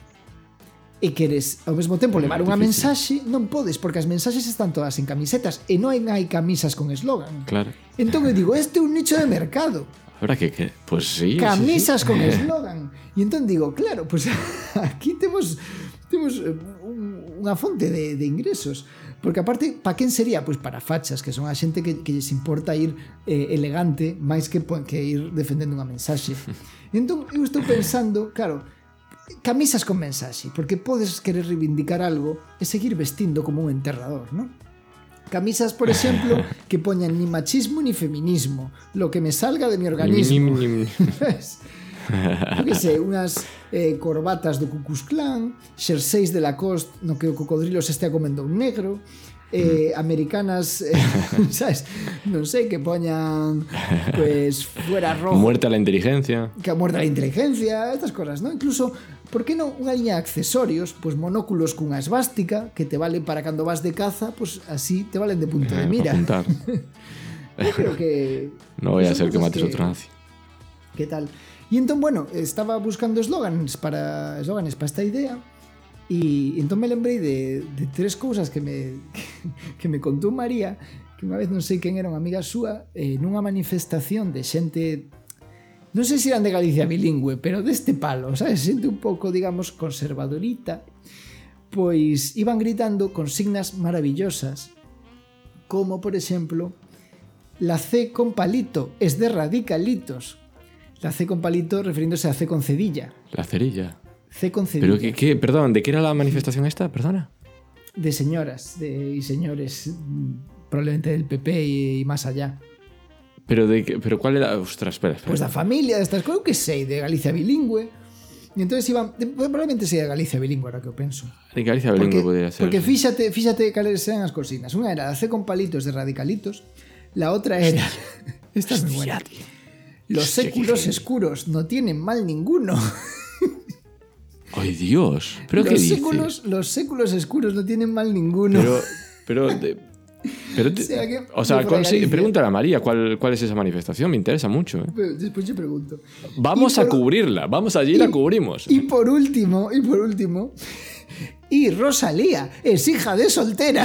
e queres ao mesmo tempo levar unha mensaxe, non podes, porque as mensaxes están todas en camisetas e non hai camisas con eslogan. Claro. Entón eu digo, este é un nicho de mercado. Ahora que, que pues sí. Camisas sí, sí. con eslogan. E entón digo, claro, pues aquí temos temos un, unha fonte de, de ingresos. Porque aparte, pa quen sería? Pois para fachas, que son a xente que, que lles importa ir eh, elegante máis que, que ir defendendo unha mensaxe. E entón eu estou pensando, claro, camisas con mensaxe, porque podes querer reivindicar algo e seguir vestindo como un enterrador, ¿no? Camisas, por exemplo, que poñan ni machismo ni feminismo, lo que me salga de mi organismo. Ni, ni, ni. Yo que sei, unhas eh, corbatas do Ku Klux Klan, xerseis de Lacoste no que o cocodrilo se estea comendo un negro, eh, americanas, eh, sabes, non sei, que poñan pues fuera rojo. Muerte a la inteligencia. Que muerte a la inteligencia, estas cosas, ¿no? Incluso, por que non unha liña de accesorios, pues monóculos cunha esvástica que te valen para cando vas de caza, pues así te valen de punto de mira. Yo creo que no voy a ser que mates que, otro nazi. ¿Qué tal? Y entón, bueno, estaba buscando eslóganes para eslóganes para esta idea. E entón me lembrei de, de tres cousas que me, que, que me contou María, que unha vez non sei quen era unha amiga súa, eh, nunha manifestación de xente, non sei se eran de Galicia bilingüe, pero deste palo, sabes, xente un pouco, digamos, conservadorita, pois iban gritando consignas maravillosas, como, por exemplo, la C con palito es de radicalitos. La C con palito refiriéndose a C con cedilla. La cerilla. C con cedilla. Pero que, que, perdón, ¿de qué era la manifestación esta? Perdona. De señoras de, y señores, probablemente del P P y, y más allá. Pero de que, pero ¿cuál era? Ostras, espera, espera. Pues la familia de estas cosas, que sei, de Galicia bilingüe. Y entonces iban, probablemente sea de Galicia bilingüe, ahora que o penso. De Galicia bilingüe podría ser. Porque sí. fíxate, fíxate cales eran as cosinas. Unha era la C con palitos de radicalitos, la otra era esta es muy buena. Los séculos oscuros no tienen mal ninguno. ¡Ay, Dios! ¿Pero los qué dice? Séculos, los séculos oscuros no tienen mal ninguno. Pero... pero de, pero te, o sea, que, o sea consi- pregúntale a María cuál, cuál es esa manifestación. Me interesa mucho. ¿eh? Después yo pregunto. Vamos por, a cubrirla. Vamos allí y la cubrimos. Y por último, y por último... Y Rosalía es hija de soltera.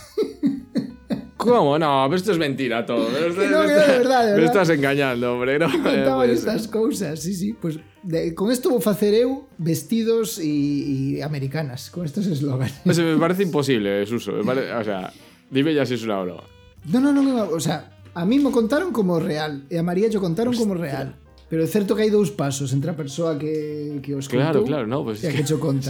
¿Cómo? No, pero esto es mentira todo. Pero esto, no, no, de verdad, de verdad. Me estás engañando, hombre. No, contaban estas cosas, sí, sí. Pues de, con esto vou facer eu vestidos y, y americanas, con estos eslóganes. Pues me parece imposible, Suso. Me parece, o sea, dime ya si es una broma. No, no, no, no, o sea, a mí me contaron como real e a María yo contaron Hostia. como real. Pero é certo que hai dous pasos entre a persoa que, que os claro, contou claro, no, pues e a que cho conta.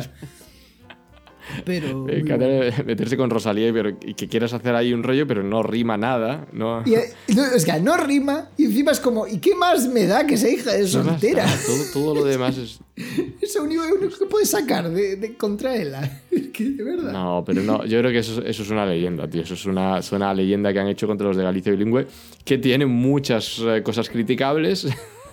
Pero eh, que meterse con Rosalía pero, y que quieras hacer ahí un rollo pero no rima nada no, y, no es que no rima y encima es como ¿y qué más me da que sea hija de soltera? todo, todo lo demás es es es o único, único que podes sacar de, de contra ela. Que de verdad. No, pero no, yo creo que eso, eso es una leyenda, tío. Eso es una, es una leyenda que han hecho contra los de Galicia Bilingüe, que tiene muchas eh, cosas criticables.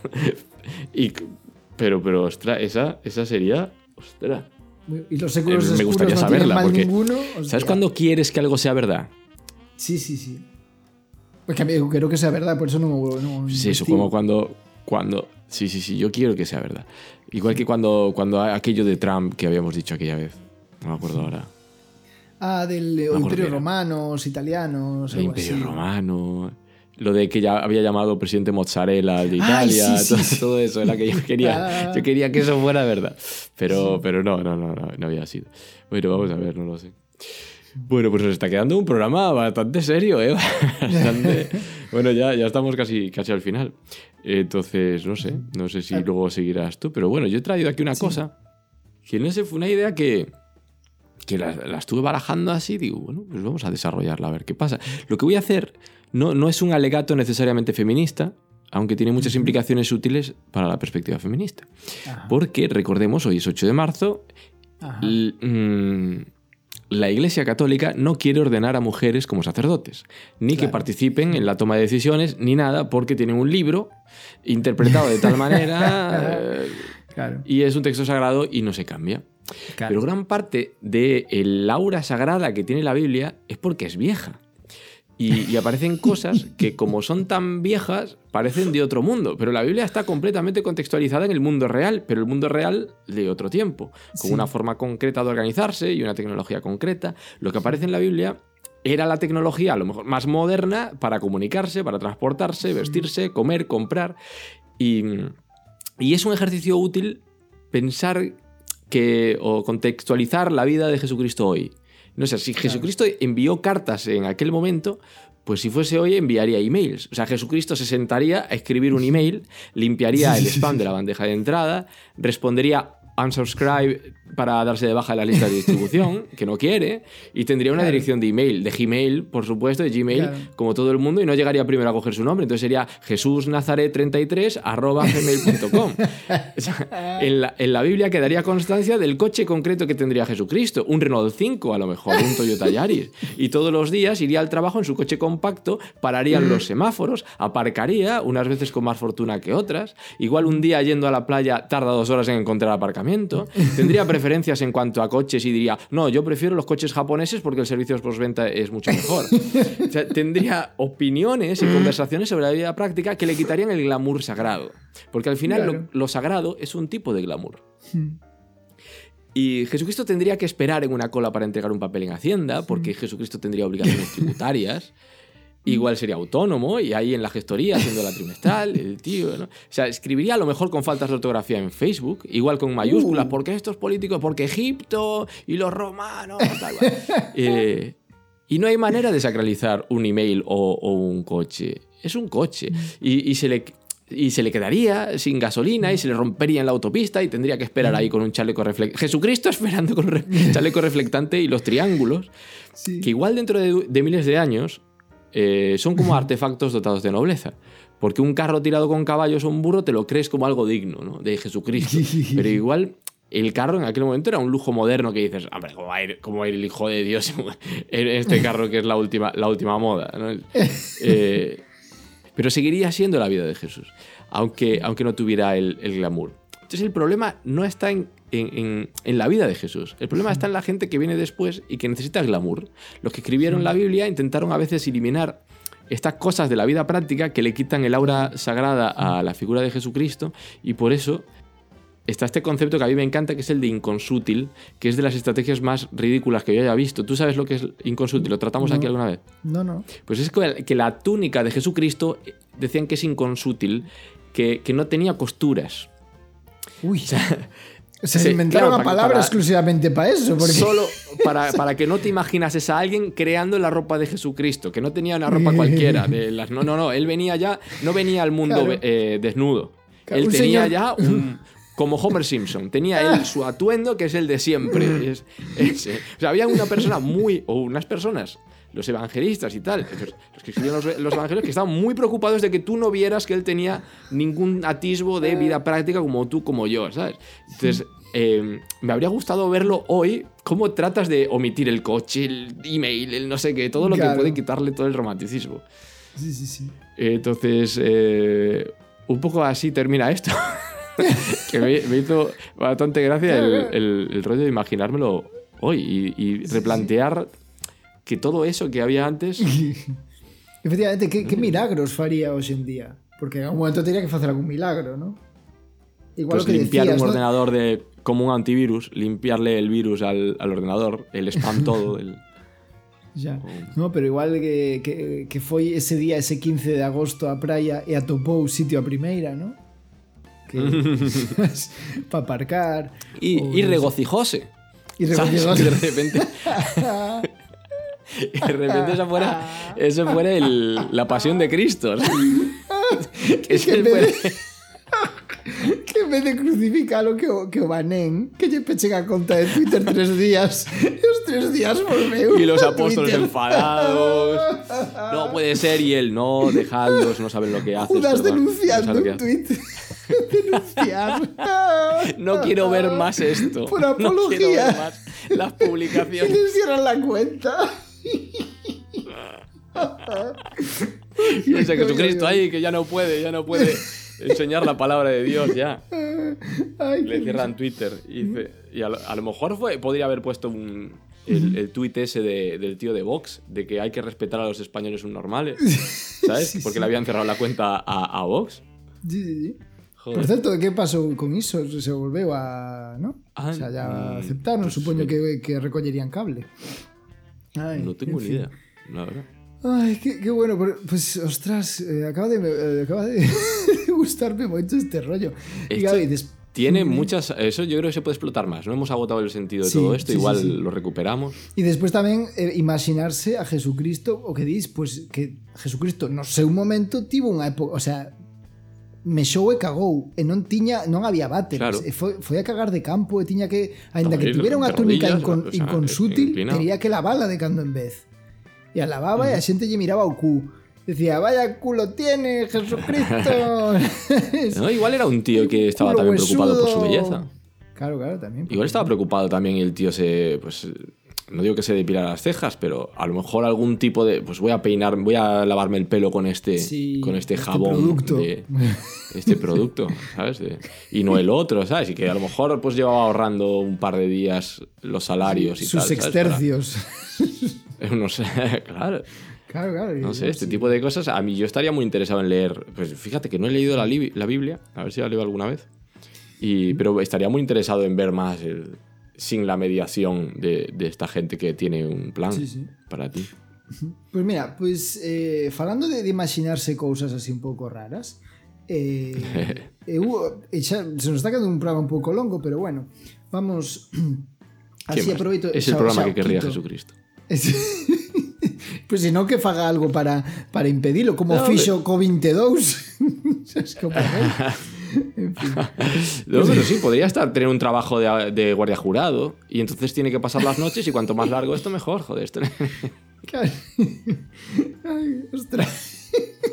y, pero, pero, ostras, esa, esa sería... Ostras. Y los séculos eh, me oscuros gustaría no saberla, mal porque... ninguno. ¿Sabes cuándo quieres que algo sea verdad? Sí, sí, sí. Pues que a mí quiero que sea verdad, por eso no me... No, sí, eso como cuando... cuando Sí, sí, sí, yo quiero que sea verdad. Igual que cuando, cuando aquello de Trump que habíamos dicho aquella vez. No me acuerdo ahora. Ah, del no Imperio Romano, italianos... El Imperio así. Romano... Lo de que ya había llamado presidente Mozzarella de Italia, Ay, sí, sí, todo, sí. todo eso, era que yo quería, yo quería que eso fuera verdad. Pero, pero no, no, no, no, no había sido. Bueno, vamos a ver, no lo sé. Bueno, pues nos está quedando un programa bastante serio, ¿eh? Bastante... Bueno, ya, ya estamos casi, casi al final. Entonces, no sé, no sé si luego seguirás tú, pero bueno, yo he traído aquí una Sí. cosa que no sé, fue una idea que, que la, la estuve barajando así, digo, bueno, pues vamos a desarrollarla, a ver qué pasa. Lo que voy a hacer no, no es un alegato necesariamente feminista, aunque tiene muchas implicaciones útiles para la perspectiva feminista. Ajá. Porque, recordemos, hoy es ocho de marzo, Ajá. l- mm, la Iglesia Católica no quiere ordenar a mujeres como sacerdotes, ni que Claro. participen en la toma de decisiones, ni nada, porque tienen un libro interpretado de tal manera eh, Claro. y es un texto sagrado y no se cambia. Claro. Pero gran parte del aura sagrada que tiene la Biblia es porque es vieja. Y, y aparecen cosas que, como son tan viejas, parecen de otro mundo. Pero la Biblia está completamente contextualizada en el mundo real, pero el mundo real de otro tiempo, con Sí. una forma concreta de organizarse y una tecnología concreta. Lo que aparece en la Biblia era la tecnología, a lo mejor más moderna, para comunicarse, para transportarse, vestirse, comer, comprar. Y, y es un ejercicio útil pensar que, o contextualizar la vida de Jesucristo hoy. No sé, si Jesucristo envió cartas en aquel momento, pues si fuese hoy enviaría emails. O sea, Jesucristo se sentaría a escribir un email, limpiaría el spam de la bandeja de entrada, respondería unsubscribe para darse de baja de la lista de distribución, que no quiere, y tendría una Claro. dirección de email, de Gmail, por supuesto, de Gmail, Claro. como todo el mundo, y no llegaría primero a coger su nombre. Entonces sería jesusnazaret treinta y tres arroba gmail punto com. O sea, en, la, en la Biblia quedaría constancia del coche concreto que tendría Jesucristo, un Renault cinco a lo mejor, un Toyota Yaris, y todos los días iría al trabajo en su coche compacto, pararían los semáforos, aparcaría, unas veces con más fortuna que otras, igual un día yendo a la playa tarda dos horas en encontrar aparcamiento, tendría preferencias en cuanto a coches y diría, no, yo prefiero los coches japoneses porque el servicio de postventa es mucho mejor. O sea, tendría opiniones y conversaciones sobre la vida práctica que le quitarían el glamour sagrado, porque al final Claro. lo, lo sagrado es un tipo de glamour. Y Jesucristo tendría que esperar en una cola para entregar un papel en Hacienda, porque Jesucristo tendría obligaciones tributarias. Igual sería autónomo y ahí en la gestoría haciendo la trimestral, el tío, ¿no? O sea, escribiría a lo mejor con faltas de ortografía en Facebook, igual con mayúsculas, Uh. porque estos políticos, porque Egipto y los romanos, tal cual. Eh, y no hay manera de sacralizar un email o, o un coche. Es un coche. Y, y se le... Y se le quedaría sin gasolina y se le rompería en la autopista y tendría que esperar ahí con un chaleco reflectante. Jesucristo esperando con un re- chaleco reflectante y los triángulos, Sí. que igual dentro de, de miles de años eh, son como artefactos dotados de nobleza. Porque un carro tirado con caballos o un burro te lo crees como algo digno, ¿no? De Jesucristo. Pero igual el carro en aquel momento era un lujo moderno que dices, hombre, ¿cómo va a ir, cómo va a ir el hijo de Dios en este carro que es la última, la última moda, ¿no? Eh, pero seguiría siendo la vida de Jesús, aunque, aunque no tuviera el, el glamour. Entonces el problema no está en, en, en, en la vida de Jesús, el problema está en la gente que viene después y que necesita glamour. Los que escribieron la Biblia intentaron a veces eliminar estas cosas de la vida práctica que le quitan el aura sagrada a la figura de Jesucristo, y por eso está este concepto que a mí me encanta, que es el de inconsútil, que es de las estrategias más ridículas que yo haya visto. ¿Tú sabes lo que es inconsútil? ¿Lo tratamos No. aquí alguna vez? No, no. Pues es que que la túnica de Jesucristo decían que es inconsútil, que, que no tenía costuras. Uy. O sea, Se sí, inventaron claro, una para- palabra para- exclusivamente para eso. Porque... Solo para, para que no te imaginases a alguien creando la ropa de Jesucristo, que no tenía una ropa cualquiera. De las, no, no, no. Él venía ya, no venía al mundo Claro. eh, desnudo. Claro, Él un tenía señor- ya un... Como Homer Simpson, tenía él su atuendo, que es el de siempre. Es, ese. O sea, había una persona muy, o unas personas, los evangelistas y tal, los, los que escribían los, los evangelios, que estaban muy preocupados de que tú no vieras que él tenía ningún atisbo de vida práctica como tú, como yo, ¿sabes? Entonces, eh, me habría gustado verlo hoy, cómo tratas de omitir el coche, el email, el no sé qué, todo lo claro. que puede quitarle todo el romanticismo. Sí, sí, sí. Entonces, eh, un poco así termina esto. Que me, me hizo bastante gracia el, el, el rollo de imaginármelo hoy y, y replantear que todo eso que había antes... Efectivamente, que, que milagros faría hoxe en día? Porque en algún momento tenía que facer algún milagro, ¿no? Igual pues lo que limpiar decías, un ¿no? ordenador de, como un antivirus, limpiarle el virus al, al ordenador, el spam todo. El... Ya. No, pero igual que, que, que foi ese día, ese quince de agosto a praia e atopou sitio a primeira, ¿no? Para aparcar. Y, o, y regocijóse. Y regocijóse. De repente. Y de repente eso fuera, eso fuera el, la pasión de Cristo. Que es el fuera... que en vez de crucificarlo que o, que o banen, que lle pechen a conta de Twitter tres días e os tres días volveu y los apóstoles Twitter. Enfadados, no puede ser, y él, no, dejadlos, no saben lo que hacen. Judas perdón, denunciando no en Twitter. Denunciar. No quiero ver más esto. Por apología. No quiero ver más las publicaciones. Que les cierran la cuenta. Y ese Jesucristo ahí que ya no puede, ya no puede enseñar la palabra de Dios ya. Ay, le cierran Twitter y, dice, y a, lo, a lo mejor fue, podría haber puesto un, el, el tuit ese de, del tío de Vox de que hay que respetar a los españoles subnormales, ¿sabes? Sí, porque sí. Le habían cerrado la cuenta a, a Vox. Sí, sí, sí. Joder. Por certo, que pasou con iso? Se volveu a... ¿no? Ah, o sea, ya aceptaron, pues, supoño sí. que, que recollerían cable. Ay, no tengo ni idea, la verdad. Ay, qué, qué bueno, pues, ostras, eh, acaba de, eh, acaba de gustarme mucho este rollo. Y, Gaby, des... Tiene muchas... Eso yo creo que se puede explotar más. No hemos agotado el sentido de sí, todo esto, sí, igual sí, sí. Lo recuperamos. Y después tamén eh, imaginarse a Jesucristo, o que dis, pues que Jesucristo no sei un momento tivo unha época, o sea, mexou e cagou e non tiña, non había váteres, claro. E foi, foi a cagar de campo e tiña que, aínda que tivera unha túnica incon, o sea, inconsútil, tería que lavala de cando en vez. E a lavaba uh-huh. E a xente lle miraba o cu. Decía, vaya culo tiene Jesucristo. No, igual era un tío que estaba también preocupado por su belleza. Claro, claro, también. Igual estaba preocupado también y el tío se... Pues, no digo que se depilara las cejas, pero a lo mejor algún tipo de... Pues voy a peinar, voy a lavarme el pelo con este, sí, con este, este jabón. Producto. De, este producto, ¿sabes? De, y no el otro, ¿sabes? Y que a lo mejor pues llevaba ahorrando un par de días los salarios sí, y sus tal. Sus extercios. Para... No sé, claro. Claro, claro. No sé, este sí. tipo de cosas. A mí yo estaría muy interesado en leer. Pues fíjate que no he leído la, li- la Biblia, a ver si la leo alguna vez. Y, pero estaría muy interesado en ver más el, sin la mediación de, de esta gente que tiene un plan sí, sí. para ti. Pues mira, pues eh, falando de, de imaginarse cousas así un pouco raras, eh, eu, xa, se nos está quedando un programa un pouco longo, pero bueno, vamos. Así aproveito. Es el xa, programa xa, que querría quito. Jesucristo. Pues si no, que faga algo para, para impedilo, como no, fixo co veintidós. Es como, en fin. No, pero sí, podría estar tener un trabajo de, de guardia jurado y entonces tiene que pasar las noches y cuanto más largo esto, mejor, joder. Esto... Claro. Ay, ostras.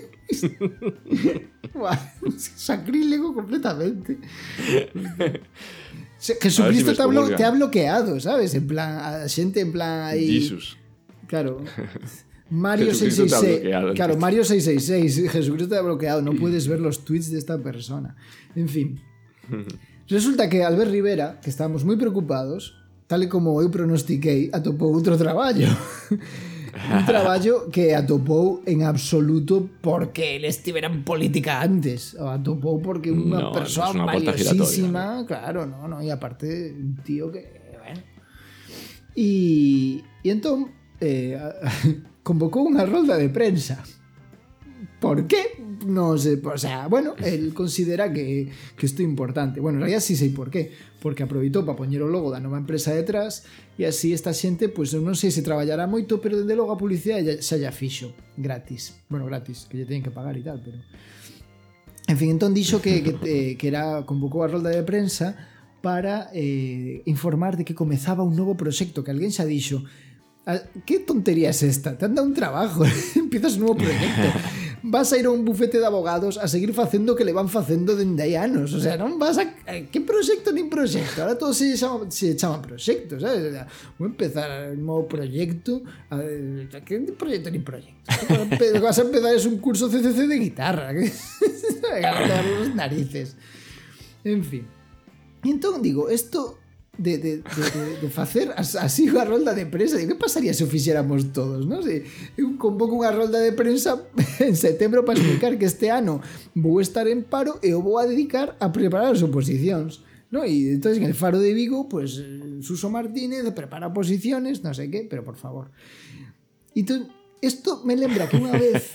Sacrílego completamente. Jesucristo si te, ha blo- te ha bloqueado, ¿sabes? En plan, a xente en plan ahí. Jesús. Claro. Mario seiscientos sesenta y seis. Claro, entonces. Mario seiscientos sesenta y seis. Jesucristo te ha bloqueado. No puedes ver los tweets de esta persona. En fin. Resulta que Albert Rivera, que estábamos muy preocupados, tal y como eu pronostiquei, atopou outro traballo. Un traballo que atopou en absoluto porque ele estivera en política antes. O atopou porque unha no, persoa no valiosísima, ¿no? Claro, no, no, e aparte un tío que, bueno. E, e entón eh, convocou unha rolda de prensa. ¿Por qué? No sé, o sea, bueno, él considera que, que isto é importante. Bueno, en realidad sí sei por qué, porque aproveitou para poñer o logo da nova empresa detrás e así esta xente, pois pues, non sei se traballará moito, pero dende logo a publicidade xa ya fixo, gratis. Bueno, gratis, que lle teñen que pagar e tal, pero... En fin, entón dixo que, que, eh, que era convocou a rolda de prensa para eh, informar de que comezaba un novo proxecto, que alguén xa dixo... ¿Qué tontería es esta? Te han dado un trabajo, empiezas un nuevo proyecto. vas a ir a un bufete de abogados a seguir facendo o que le van facendo dende hai anos. O sea, non vas a... Que proxecto nin proxecto? Ahora todo se chama, se chama proxecto, sabes? O sea, vou empezar un novo proxecto. A ver, que proxecto nin proxecto? Vas a empezar es un curso C C C de guitarra. Que a los narices. En fin. E entón digo, isto de, de, de, de, de facer así unha rolda de prensa, digo, que pasaría se o fixéramos todos, non? Se eu convoco unha rolda de prensa en setembro para explicar que este ano vou estar en paro e o vou a dedicar a preparar as oposicións, non? E entón en el Faro de Vigo, pues Suso Martínez prepara oposiciones, non sei que, pero por favor. E entón, isto me lembra que unha vez,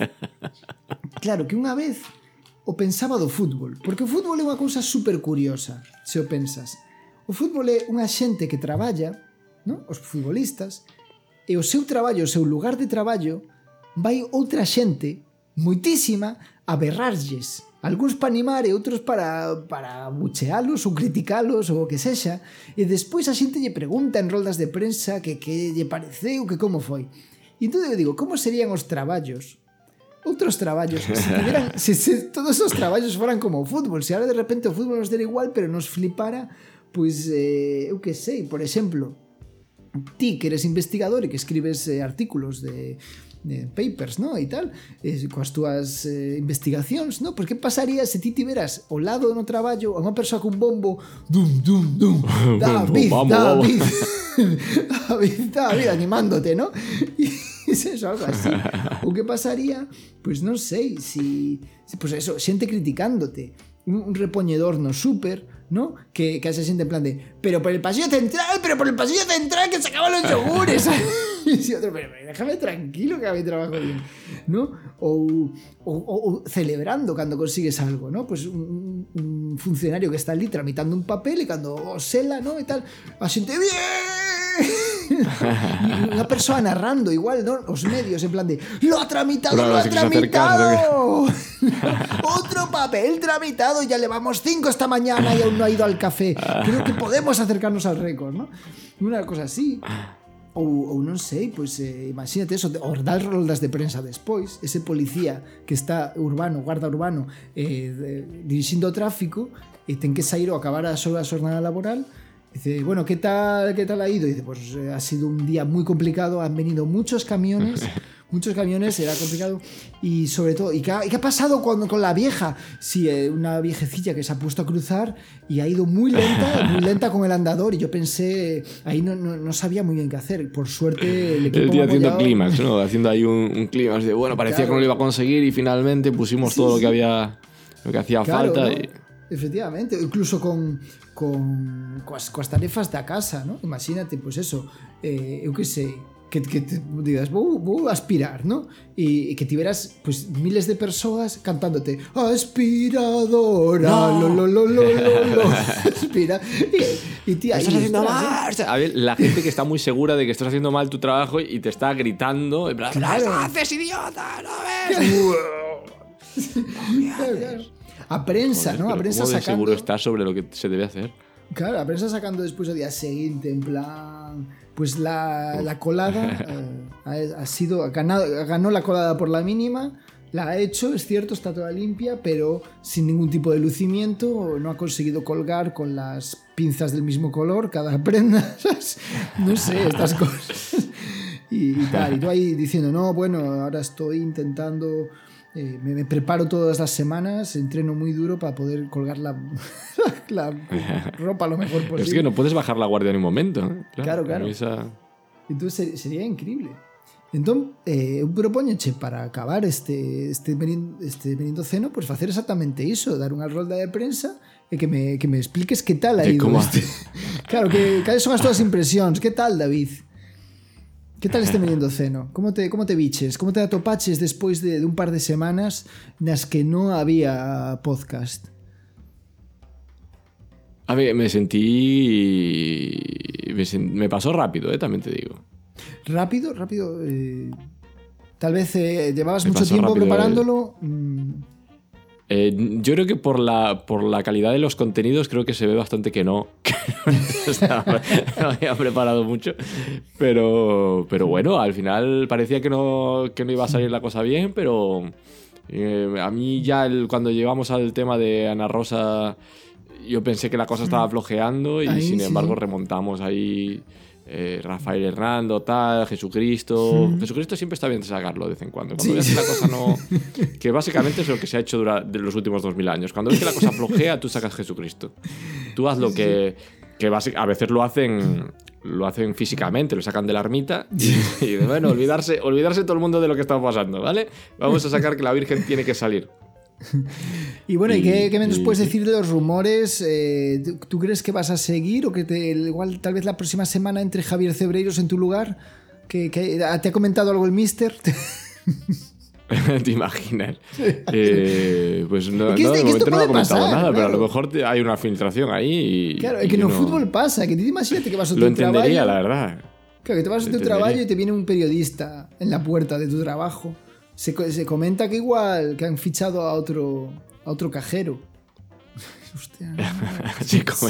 claro, que unha vez o pensaba do fútbol, porque o fútbol é unha cousa super curiosa, se o pensas. O fútbol é unha xente que traballa, non? Os futbolistas, e o seu traballo, o seu lugar de traballo, vai outra xente, moitísima, a berrarlles. Algúns para animar e outros para, para buchealos ou criticalos ou o que sexa, e despois a xente lle pregunta en roldas de prensa que que lle pareceu, que como foi. E entón eu digo, como serían os traballos outros traballos, se, tuvieran, se, se todos os traballos foran como o fútbol, se ahora de repente o fútbol nos dera igual, pero nos flipara, pois, eh, eu que sei, por exemplo, ti que eres investigador e que escribes eh, artículos de, de papers, ¿no? E tal, eh, coas túas eh, investigacións, ¿no? Pois que pasaría se ti tiveras ao lado no traballo a unha persoa cun bombo, dum, dum, dum, David, David, David, David, animándote, ¿no? E es eso, algo así. O que pasaría, pois non sei, si, si pois eso, xente criticándote, un, un repoñedor no súper, ¿no? Que, que hace xente en plan de, pero por el pasillo central, pero por el pasillo central que se acaban los yogures. Y si otro, pero déjame tranquilo que haga mi trabajo bien, ¿no? Ou, ou, ou celebrando cando consigues algo, ¿no? Pues un, un funcionario que está ali tramitando un papel e cando o sela, ¿no? E tal, a xente, bien. Unha persoa narrando igual, ¿no? Os medios en plan de lo ha tramitado, pero lo ha tramitado otro papel tramitado, ya llevamos cinco esta mañana y aún no ha ido al café, creo que podemos acercarnos al récord, ¿no? Una cosa así. Ou, ou non sei, pois eh, imagínate eso, ou dar roldas de prensa despois, ese policía que está urbano, guarda urbano, eh, de, dirixindo o tráfico e ten que sair ou acabar a súa xornada laboral. Dice, bueno, ¿qué tal, qué tal ha ido? Dice, pues eh, ha sido un día muy complicado, han venido muchos camiones, muchos camiones, era complicado, y sobre todo, ¿y qué ha, y qué ha pasado con, con la vieja? Sí, eh, una viejecilla que se ha puesto a cruzar y ha ido muy lenta, muy lenta con el andador, y yo pensé, ahí no, no, no sabía muy bien qué hacer, por suerte el equipo el tío me ha haciendo apoyado. clímax, ¿no? Haciendo ahí un, un clímax de, bueno, parecía claro. que no lo iba a conseguir y finalmente pusimos sí, todo lo que había, lo que hacía claro, falta, ¿no? y... Efectivamente, incluso con con coas, coas tarefas da casa, ¿no? Imagínate, pues eso, eh, eu que sei, que, que te digas, vou, vou aspirar, ¿no? E, e que tiveras pues miles de persoas cantándote aspiradora, no. lo, lo, lo, lo, lo, lo, aspira, y, y tía, estás y haciendo estás, mal. ¿eh? A ver, la gente que está muy segura de que estás haciendo mal tu trabajo y te está gritando, en plan, claro. haces, idiota, ¿no ves? Claro, claro. A prensa, Joder, ¿no? A prensa ¿cómo de sacando... seguro estás sobre lo que se debe hacer? Claro, a prensa sacando después al día siguiente, en plan... Pues la, la colada eh, ha, ha sido... Ganado, ganó la colada por la mínima, la ha hecho, es cierto, está toda limpia, pero sin ningún tipo de lucimiento, no ha conseguido colgar con las pinzas del mismo color cada prenda, ¿sabes? No sé, estas cosas. Y, y tal, y tú ahí diciendo, no, bueno, ahora estoy intentando... Eh, me, me preparo todas las semanas, entreno muy duro para poder colgar la, la, la ropa lo mejor posible. Es que no puedes bajar la guardia en un momento. ¿eh? Claro, claro. Esa... Entonces sería increíble. Entón, eh, eu propoñoche para acabar este este merindo, este merindo ceno, pues facer exactamente iso, dar unha rolda de prensa e que me, que me expliques que tal ha ido este. Claro, que cales son as túas impresións. Que tal, David? Que tal este merindo ceno? Como te, como te biches? Como te atopaches despois de, de un par de semanas nas que non había podcast? A ver, me sentí... Me, sent... me pasó rápido, ¿eh? También te digo. ¿Rápido? Rápido. Eh... Tal vez eh, llevabas me mucho tiempo rápido, preparándolo. Eh... Mm. Eh, yo creo que por la, por la calidad de los contenidos creo que se ve bastante que no, que no, estaba, no había preparado mucho, pero, pero bueno, al final parecía que no, que no iba a salir la cosa bien, pero, Eh, a mí ya el, cuando llegamos al tema de Ana Rosa, yo pensé que la cosa estaba flojeando y ahí, sin sí. embargo remontamos ahí. Eh, Rafael Hernando, tal, Jesucristo. Mm. Jesucristo siempre está bien sacarlo de vez en cuando. Cuando sí. ves que la cosa no. Que básicamente es lo que se ha hecho durante los últimos dos mil años. Cuando ves que la cosa flojea, tú sacas Jesucristo. Tú haz lo sí, que. que a veces lo hacen. Lo hacen físicamente, lo sacan de la ermita y, y bueno, olvidarse, olvidarse todo el mundo de lo que está pasando, ¿vale? Vamos a sacar que la Virgen tiene que salir. Y bueno, ¿y, ¿y qué, qué nos y, puedes decir de los rumores? Eh, ¿Tú crees que vas a seguir o que te, igual tal vez la próxima semana entre Javier Cebreiros en tu lugar? ¿Que, que, ¿Te ha comentado algo el mister? ¿Te imaginas? Eh, pues no, es que, no, de momento no ha comentado pasar, nada, claro. pero a lo mejor te, hay una filtración ahí. Y, claro, es que y en el no... fútbol pasa, que te imagínate que vas a tu Lo entendería, trabajo, la verdad. Claro, que te vas a tu trabajo y te viene un periodista en la puerta de tu trabajo. Se, se comenta que igual que han fichado a otro a otro cajero. Hostia. Sí, como...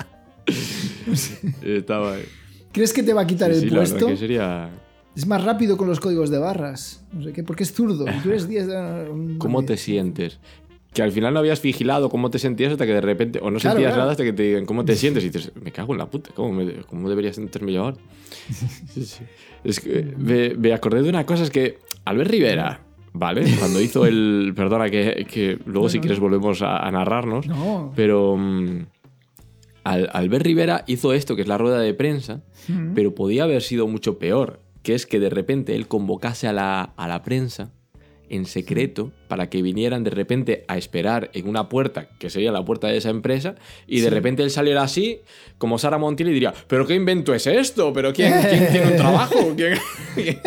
Estaba ahí. ¿Crees que te va a quitar sí, el sí, puesto? La verdad que sería... Es más rápido con los códigos de barras. No sé qué, porque es zurdo. Y tú eres diez de... ¿Cómo te sientes? Que al final no habías vigilado cómo te sentías hasta que de repente... O no claro, sentías claro. nada hasta que te digan cómo te sientes. Y dices, me cago en la puta. ¿Cómo, me, cómo debería sentirme yo ahora? Sí, sí. Es que me, me acordé de una cosa. Es que Albert Rivera... ¿Vale? Cuando hizo el... Perdona, que, que luego bueno, si quieres volvemos a, a narrarnos. No. Pero... Um, Al, Albert Rivera hizo esto, que es la rueda de prensa, mm. pero podía haber sido mucho peor, que es que de repente él convocase a la, a la prensa en secreto para que vinieran de repente a esperar en una puerta, que sería la puerta de esa empresa, y de sí. repente él saliera así, como Sara Montiel, y diría, ¿pero qué invento es esto? ¿Pero quién, quién tiene un trabajo? ¿Quién, quién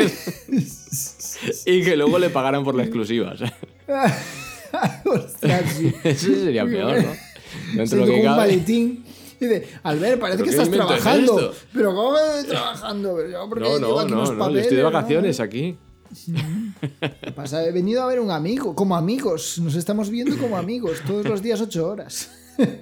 y que luego le pagaran por la exclusiva. Ostras, sí. Eso sería peor, ¿no? Dentro de lo que cabe. Un maletín. Dice, Albert, parece que estás trabajando. Es pero ¿cómo estoy trabajando? Yo, no, no, aquí no, unos no, papeles, yo estoy de vacaciones ¿no? aquí. ¿Qué pasa? He venido a ver un amigo, como amigos. Nos estamos viendo como amigos, todos los días ocho horas.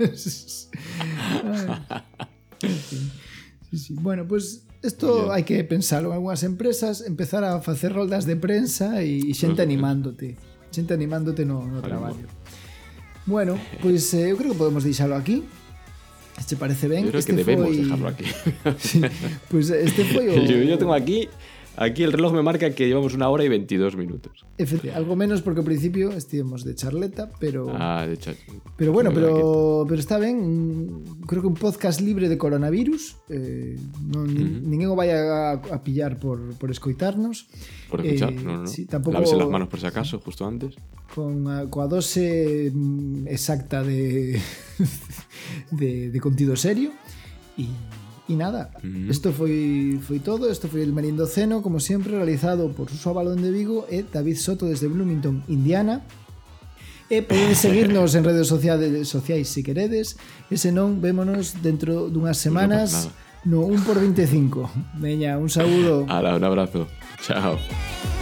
Sí, sí. Bueno, pues esto Bien. hay que pensarlo en algunas empresas, empezar a hacer roldas de prensa y xente animándote. Xente animándote no, no traballo. Bueno, pues eh, yo creo que podemos deixalo aquí. ¿Te parece bien? Yo creo este que debemos foi... dejarlo aquí. Sí, pues este foi o... yo, yo tengo aquí, aquí el reloj me marca que llevamos una hora y veintidós minutos. Algo menos porque al principio estivemos de charleta, pero... Ah, de charleta. Pero bueno, pero, pero está ben. Creo que un podcast libre de coronavirus. Eh, non, uh-huh. Ninguén o vai a, a pillar por, por escoitarnos. Por escuchar, eh, no, no. Sí, tampouco... Lávese las manos por si acaso, justo antes. Con a, coa dose exacta de, de, de contido serio. Y... Y nada, uh-huh. Esto foi, foi todo. Esto foi el Merindoceno, como sempre, realizado por Suso Abalón de Vigo e David Soto desde Bloomington, Indiana. E podedes seguirnos en redes sociais, sociais se queredes. E se non, vémonos dentro dunhas semanas no un por veinticinco. Veña, un saúdo. Ala, un abrazo. Chao.